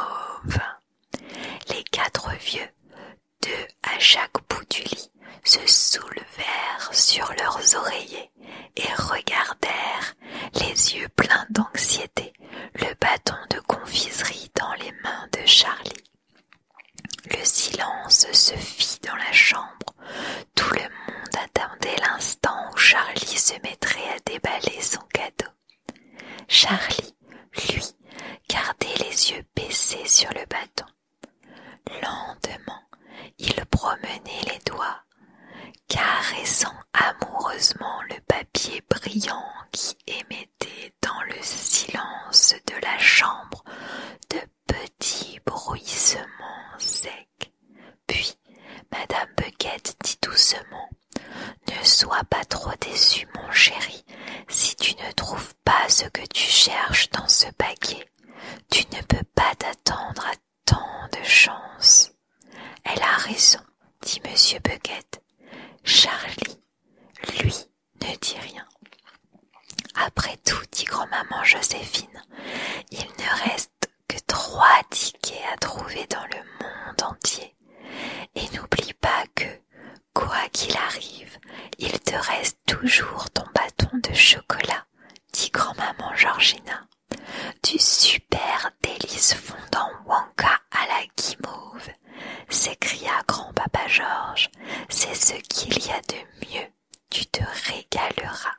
Les 4 vieux, 2 à chaque bout du lit, se soulevèrent sur leurs oreillers et regardèrent, les yeux pleins d'anxiété, le bâton de confiserie dans les mains de Charlie. Le silence se fit dans la chambre. Tout le monde attendait l'instant où Charlie se mettrait à déballer son cadeau. Charlie, lui, gardait les yeux baissés sur le bâton. Lentement, il promenait les doigts, caressant amoureusement le papier brillant qui émettait dans le silence de la chambre de petits bruissements secs. Puis, Madame Bucket dit doucement « Ne sois pas trop déçu, mon chéri, si tu ne trouves pas ce que tu cherches dans ce paquet. Tu ne peux pas t'attendre à tant de chance. » Elle a raison, dit Monsieur Bucket. Charlie, lui, ne dit rien. Après tout, dit grand-maman Joséphine, il ne reste que 3 tickets à trouver dans le monde entier. Et n'oublie pas que, quoi qu'il arrive, il te reste toujours ton bâton de chocolat, dit grand-maman Georgina. Du super délice fondant Wonka à la guimauve, s'écria grand-papa Georges. C'est ce qu'il y a de mieux, tu te régaleras.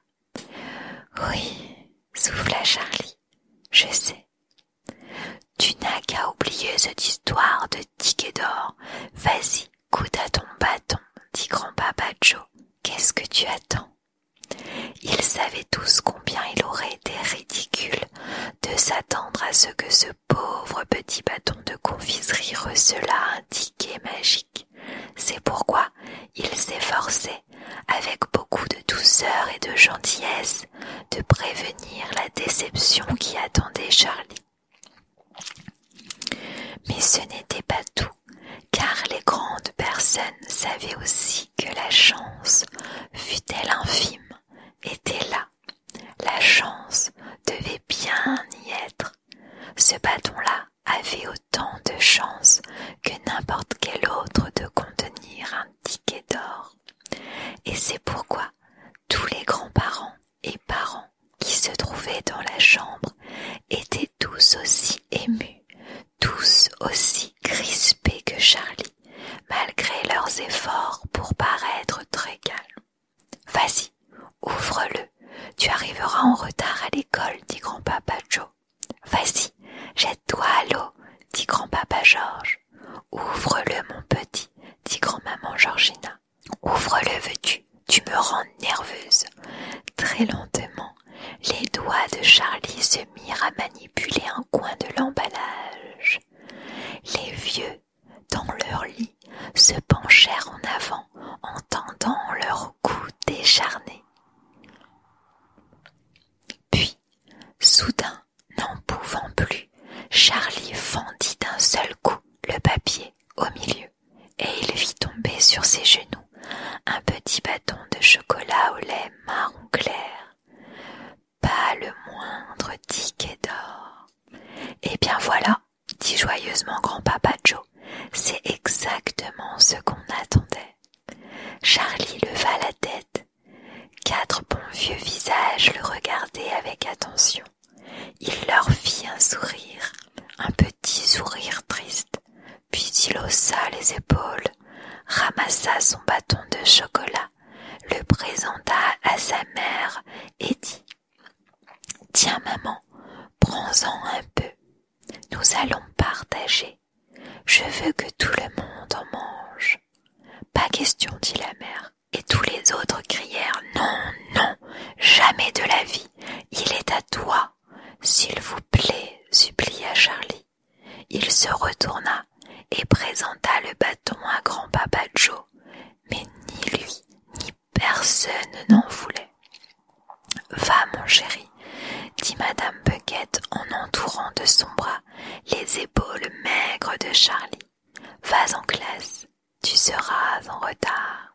Oui, souffla Charlie, je sais. Tu n'as qu'à oublier cette histoire de ticket d'or. Vas-y, goûte à ton bâton, dit grand-papa Joe. Qu'est-ce que tu attends? Ils savaient tous combien il aurait été ridicule de s'attendre à ce que ce pauvre petit bâton de confiserie recelât un ticket magique. s'efforçait, avec beaucoup de douceur et de gentillesse, de prévenir la déception qui attendait Charlie. Mais ce n'était pas tout, car les grandes personnes savaient aussi que la chance, fût-elle infime, était là. La chance devait bien y être. Ce bâton-là avait autant de chance que n'importe quel autre de contenir un ticket d'or. Et c'est pourquoi tous les grands-parents et parents qui se trouvaient dans la chambre étaient tous aussi émus, tous aussi crispés que Charlie, malgré leurs efforts pour paraître très calmes. « Vas-y, ouvre-le, tu arriveras en retard à l'école, dit grand-papa Joe. Vas-y, jette-toi à l'eau, dit grand-papa George. Ouvre-le, mon petit, dit grand-maman Georgina. Ouvre-le, veux-tu, tu me rends nerveuse. Très lentement, les doigts de Charlie se mirent à manipuler un coin de l'emballage. Les vieux, dans leur lit, se penchèrent en avant, en tendant leurs cous décharnés. Puis, soudain, n'en pouvant plus, Charlie fendit d'un seul coup le papier au milieu, et il vit tomber sur ses genoux un petit bâton de chocolat au lait marron clair. Pas le moindre ticket d'or. « Eh bien voilà, dit joyeusement grand-papa Joe, c'est exactement ce qu'on attendait. » Charlie leva la tête. 4 bons vieux visages le regardaient avec attention. Il leur fit un sourire, un petit sourire triste, puis il haussa les épaules, ramassa son bâton de chocolat, le présenta à sa mère et dit « Tiens maman, prends-en un peu, nous allons partager, je veux que tout le monde en mange. » « Pas question, dit la mère, et tous les autres crièrent « Non, non, jamais de la vie, il est à toi. » « S'il vous plaît, supplia Charlie. » Il se retourna et présenta le bâton à grand-papa Joe, mais ni lui ni personne n'en voulait. « Va, mon chéri, dit madame Bucket en entourant de son bras les épaules maigres de Charlie. Vas en classe, tu seras en retard.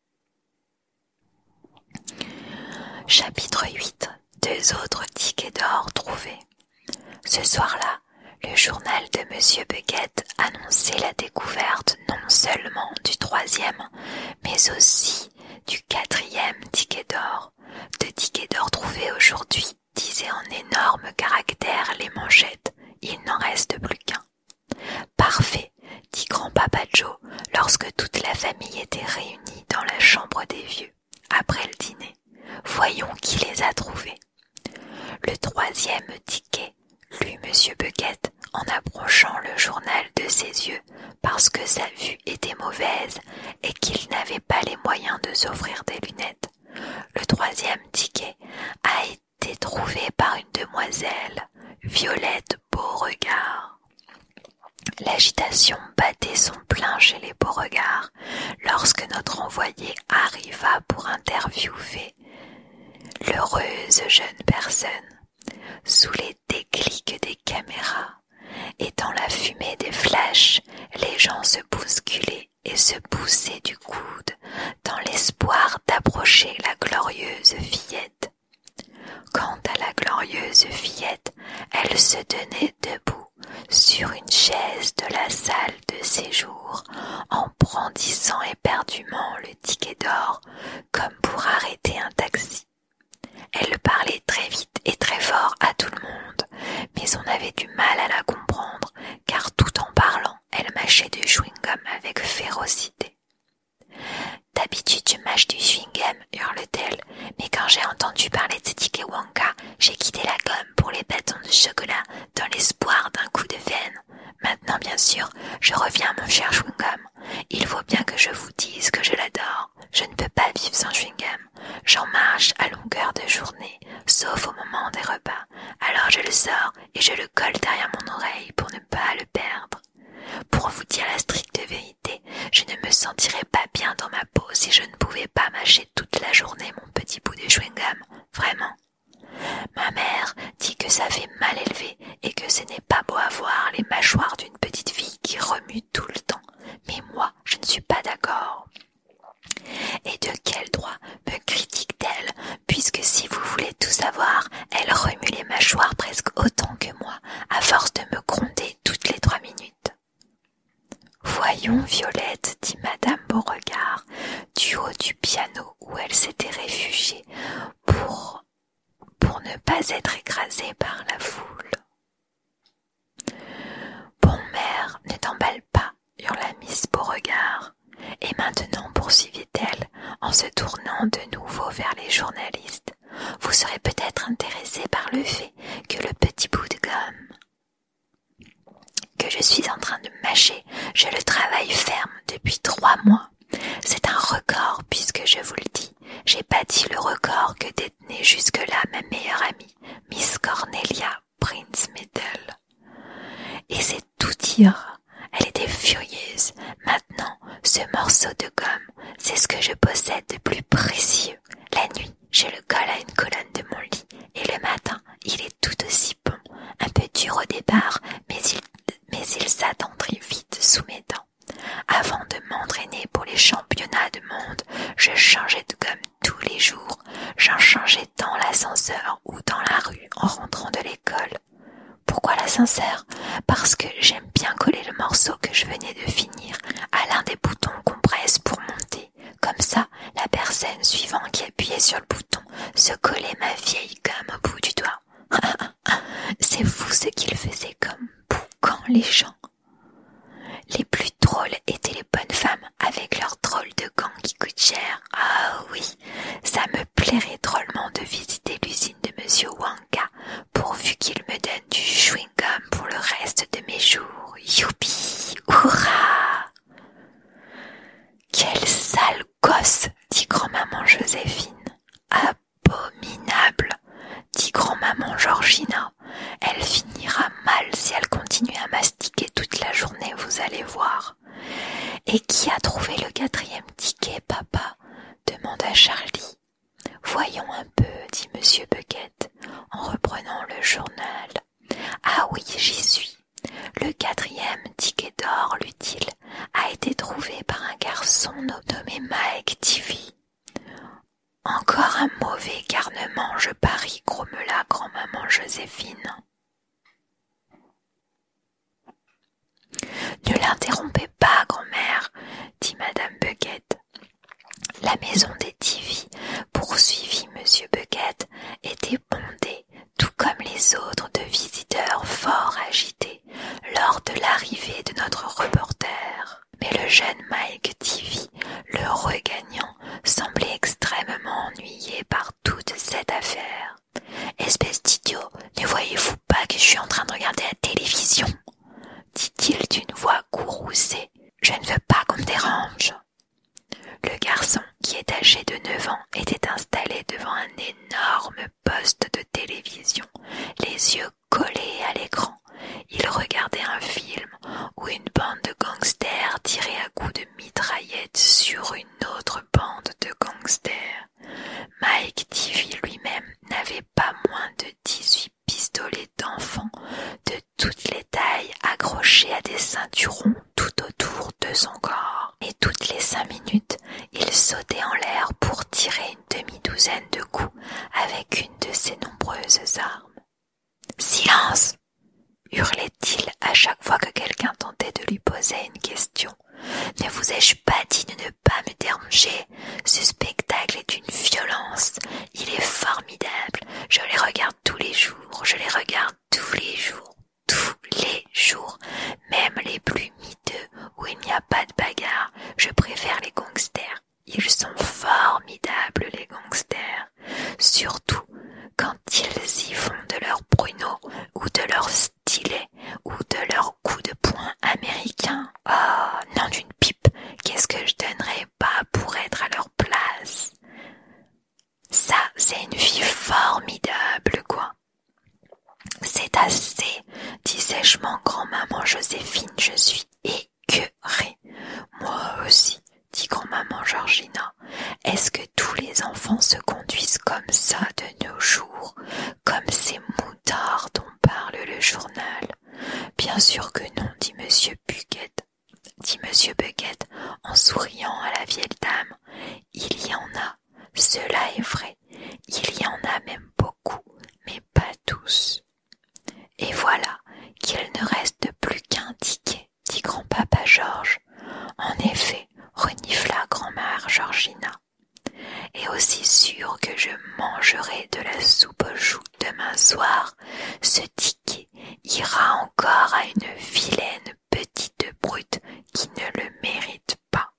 Chapitre 8. 2 autres tickets d'or trouvés. Ce soir-là, le journal de Monsieur Bucket annonçait la découverte non seulement du 3e, mais aussi du 4e ticket d'or. 2 tickets d'or trouvés aujourd'hui, disaient en énormes caractères les manchettes. Il n'en reste plus qu'un. Parfait, dit grand-papa Joe lorsque toute la famille était réunie dans la chambre des vieux, après le dîner. Voyons qui les a trouvés. Le 3e ticket, lut Monsieur Bucket en approchant le journal de ses yeux parce que sa vue était mauvaise et qu'il n'avait pas les moyens de s'offrir des lunettes. Le 3e ticket a été trouvé par une demoiselle, Violette Beauregard. L'agitation battait son plein chez les Beauregard lorsque notre envoyé arriva pour interviewer l'heureuse jeune personne. Sous les déclics des caméras et dans la fumée des flashs, les gens se bousculaient et se poussaient du coude dans l'espoir d'approcher la glorieuse fillette. Quant à la glorieuse fillette, elle se tenait debout sur une chaise de la salle de séjour en brandissant éperdument le ticket d'or comme pour arrêter un taxi. Elle parlait très vite et très fort à tout le monde, mais on avait du mal à la comprendre, car tout en parlant, elle mâchait du chewing-gum avec férocité. « D'habitude, je mâche du chewing-gum, hurle-t-elle, mais quand j'ai entendu parler de Ticket Wonka, j'ai quitté la gomme pour les bâtons de chocolat dans l'espoir d'un coup de veine. Maintenant, bien sûr, je reviens, mon cher chewing-gum. Il faut bien que je vous dise que je l'adore. Je ne peux pas vivre sans chewing-gum. J'en mâche à longueur de journée, sauf au moment des repas. Alors je le sors et je le colle derrière mon oreille pour ne pas le perdre. Pour vous dire la stricte vérité, je ne me sentirais pas bien dans ma peau si je ne pouvais m'arracher toute la journée mon petit bout de chewing-gum, vraiment. Ma mère dit que ça fait mal élevé et que ce n'est pas beau à voir les mâchoires d'une petite fille qui remue tout le temps. Mais moi, je ne suis pas d'accord. Et de quel droit me critique-t-elle, puisque si vous voulez tout savoir, elle remue les mâchoires presque autant que moi, à force de me gronder toutes les 3 minutes. Voyons, Violette, dit Madame Beauregard, du haut du piano où elle s'était réfugiée pour ne pas être écrasée par la foule. Bon, mère, ne t'emballe pas, hurla Miss Beauregard. Et maintenant, poursuivit-elle, en se tournant de nouveau vers les journalistes, vous serez peut-être intéressés par le fait que le petit bout de gomme que je suis en train de mâcher, je le travaille ferme depuis 3 mois. C'est un record puisque je vous le dis, j'ai bâti le record que détenait jusque-là ma meilleure amie, Miss Cornelia Prince-Middle. Et c'est tout dire. Elle était furieuse. Maintenant, ce morceau de gomme, c'est ce que je possède de plus précieux. La nuit, je le colle à une colonne de mon lit, et le matin, il est tout aussi bon. Un peu dur au départ, mais il s'attendrit vite sous mes dents. Avant de m'entraîner pour les championnats de monde, je changeais de gomme tous les jours. J'en changeais dans l'ascenseur ou dans la rue en rentrant de l'école. Pourquoi l'ascenseur? Parce que j'aime bien coller le morceau que je venais de finir à l'un des boutons qu'on presse pour monter. Comme ça, la personne suivante qui appuyait sur le bouton se collait ma vieille gomme au bout du doigt. C'est fou ce qu'il faisait comme boucan les gens. Les plus drôles étaient les bonnes femmes avec leurs drôles de gants qui coûtent cher. Ah oui, ça me plairait drôlement de visiter l'usine de Monsieur Wonka, pourvu qu'il me donne du chewing-gum pour le reste de mes jours. Youpi! Hurrah! Quelle sale gosse, dit grand-maman Joséphine. Abominable, dit grand-maman Georgina. Elle finira mal si elle continue à mastiquer toute la journée, vous allez voir. Et qui a trouvé le 4e ticket, papa? Demanda Charlie. Voyons un peu, dit Monsieur Bucket, en reprenant le journal. Ah oui, j'y suis. Le 4e ticket d'or, lut-il, a été trouvé par un garçon nommé Mike Tivy. Encore un mauvais garnement, je parie, grommela grand-maman Joséphine. Ne l'interrompez pas, grand-mère, dit Madame Bucket. La maison des Tivy, poursuivit Monsieur Bucket, était bondée, tout comme les autres, de visiteurs fort agités lors de l'arrivée de notre reporter. Mais le jeune Mike Tivy, le regagnant, semblait extrêmement ennuyé par toute cette affaire. « Espèce d'idiot, ne voyez-vous pas que je suis en train de regarder la télévision ?» dit-il d'une voix courroucée. « Je ne veux pas qu'on me dérange. » Le garçon, qui est âgé de 9 ans, était installé devant un énorme poste de télévision, les yeux collés à l'écran. Il regardait un film où une bande de gangsters tirait à coups de mitraillette sur une autre bande de gangsters. Mike Tivy lui-même n'avait pas moins de 18 pistolets d'enfants de toutes les tailles accrochés à des ceinturons tout autour de son corps. Et toutes les 5 minutes, il sautait en l'air pour tirer une demi-douzaine de coups avec une de ses nombreuses armes. « Silence !» hurlait-il à chaque fois que quelqu'un tentait de lui poser une question. « Ne vous ai-je pas dit de ne pas me déranger? Ce spectacle est d'une violence. Il est formidable. Je les regarde tous les jours. Je les regarde tous les jours. Tous les jours. Même les plus miteux où il n'y a pas de bagarre. Je préfère les gangsters. Ils sont formidables, les gangsters. Surtout quand ils y font de leur pruneau ou de leur stylet ou de leur coup de poing américain. Oh, nom d'une pipe, qu'est-ce que je donnerais pas pour être à leur place? Ça, c'est une vie formidable, quoi. C'est assez, dit sèchement grand-maman Joséphine, je suis écœurée. Moi aussi, dit grand-maman Georgina. Est-ce que tous les enfants se conduisent comme ça de nos jours, comme ces moutards dont parle le journal? Bien sûr que non, dit Monsieur Bucket en souriant à la vieille dame. Il y en a, cela est vrai, il y en a même beaucoup, mais pas tous. Et voilà qu'il ne reste plus qu'un ticket, dit grand-papa Georges. En effet, renifla grand-mère Georgina. Et aussi sûr que je mangerai de la soupe aux choux demain soir, ce ticket ira encore à une vilaine petite brute qui ne le mérite pas.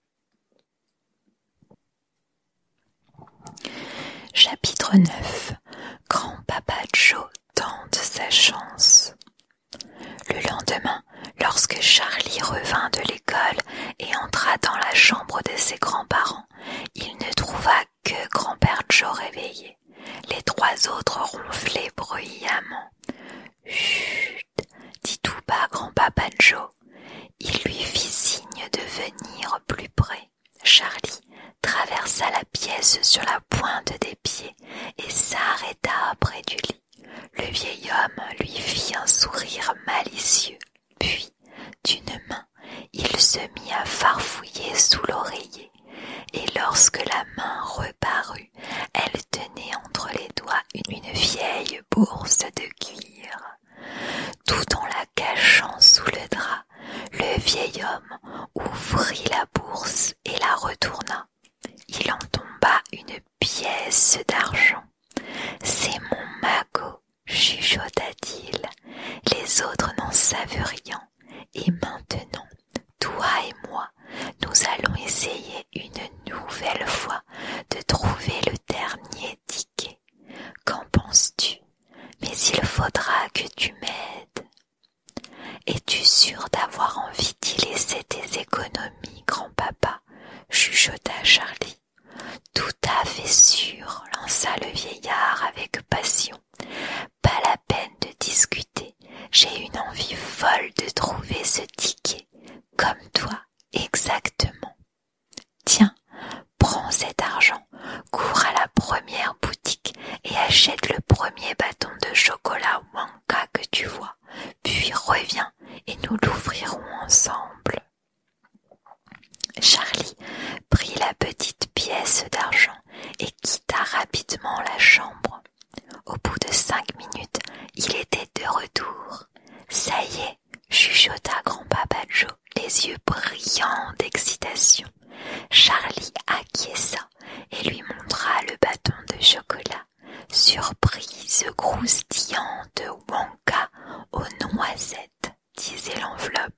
Chapitre 9. Grand-papa Joe tente sa chance. Le lendemain, lorsque Charlie revint de l'école et entra dans la chambre de ses grands-parents, il ne trouva que grand-père Joe réveillé. Les trois autres ronflaient bruyamment. « Chut !» dit tout bas grand-papa Joe. Il lui fit signe de venir plus près. Charlie traversa la pièce sur la pointe des pieds et s'arrêta près du lit. Le vieil homme lui fit un sourire malicieux. Puis, d'une main, il se mit à farfouiller sous l'oreiller. Et lorsque la main reparut, elle tenait entre les doigts une vieille bourse de cuir. Tout en la cachant sous le drap, le vieil homme ouvrit la bourse et la retourna. Il en tomba une pièce d'argent. « C'est mon magot !» chuchota-t-il. Les autres n'en savent rien. Et maintenant, toi et moi, nous allons essayer une nouvelle fois de trouver le dernier ticket. Qu'en penses-tu? Mais il faudra que tu m'aides. Es-tu sûr d'avoir envie d'y laisser tes économies, grand-papa? Chuchota Charlie. Tout à fait sûr, lança le vieillard avec passion. Pas la peine de discuter, j'ai une envie folle de trouver ce ticket, comme toi, exactement. Tiens, prends cet argent, cours à la première boutique et achète le premier bâton de chocolat Wonka que tu vois, puis reviens et nous l'ouvrirons ensemble. Charlie prit la petite pièce d'argent et quitta rapidement la chambre. Au bout de 5 minutes, il était de retour. « Ça y est !» chuchota grand-papa Joe, les yeux brillants d'excitation. Charlie acquiesça et lui montra le bâton de chocolat. Surprise croustillante Wonka aux noisettes, disait l'enveloppe.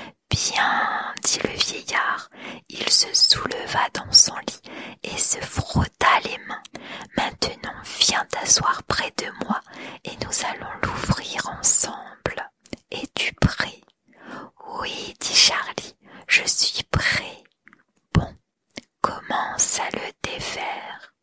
Bien, dit le vieillard. Il se souleva dans son lit et se frotta les mains. Maintenant, viens t'asseoir près de moi et nous allons l'ouvrir ensemble. Es-tu prêt? Oui, dit Charlie, je suis prêt. Bon, commence à le défaire.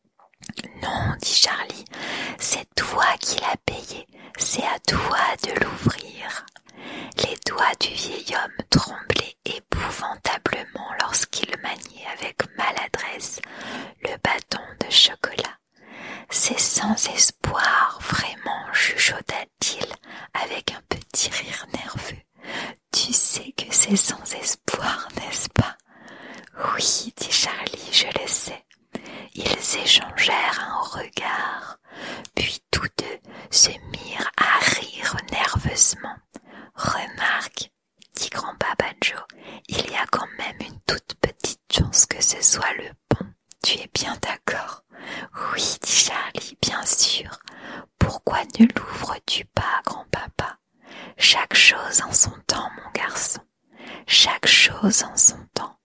Non, dit Charlie, c'est toi qui l'as payé, c'est à toi de l'ouvrir. Les doigts du vieil homme tremblaient épouvantablement lorsqu'il maniait avec maladresse le bâton de chocolat. C'est sans espoir, vraiment, chuchota-t-il avec un petit rire nerveux. Tu sais que c'est sans espoir, n'est-ce pas? Oui, dit Charlie, je le sais. Ils échangèrent un regard, puis tous deux se mirent à rire nerveusement. Remarque, dit grand-papa Joe, il y a quand même une toute petite chance que ce soit le bon. Tu es bien d'accord? Oui, dit Charlie, bien sûr. Pourquoi ne l'ouvres-tu pas, grand-papa? Chaque chose en son temps, mon garçon. Chaque chose en son temps.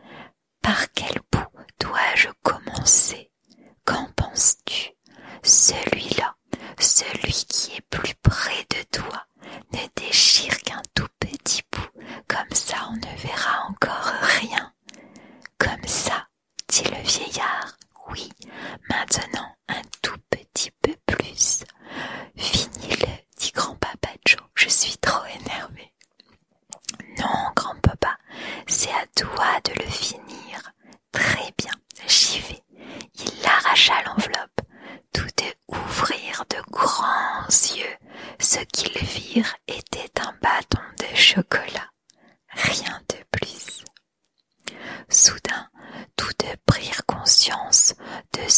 Par quel bout dois-je commencer? Qu'en penses-tu? Celui-là, celui qui est plus près de toi, ne déchire qu'un tout petit bout, comme ça on ne verra encore rien. Comme ça, dit le vieillard. Oui, maintenant un tout petit peu plus. Finis-le, dit grand-papa Joe, je suis trop énervé. Non, grand-papa, c'est à toi de le finir. Très bien, j'y vais.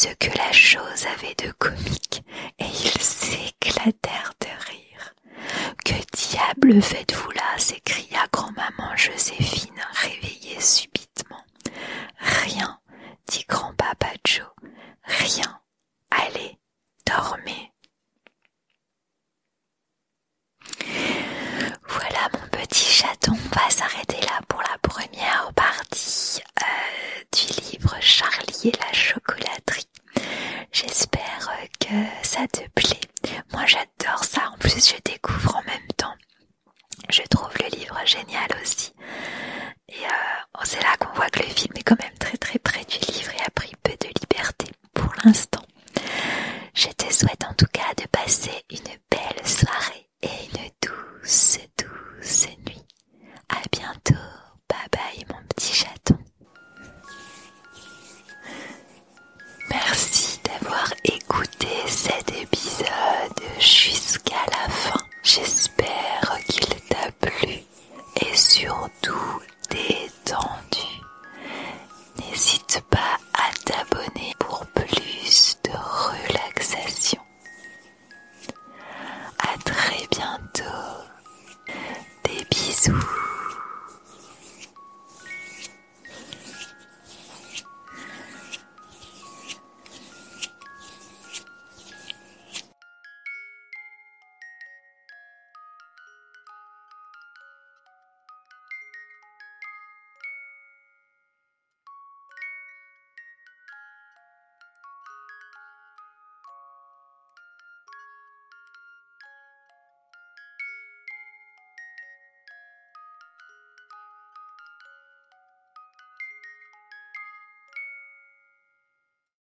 ce que la chose avait de comique, et ils s'éclatèrent de rire. Que diable faites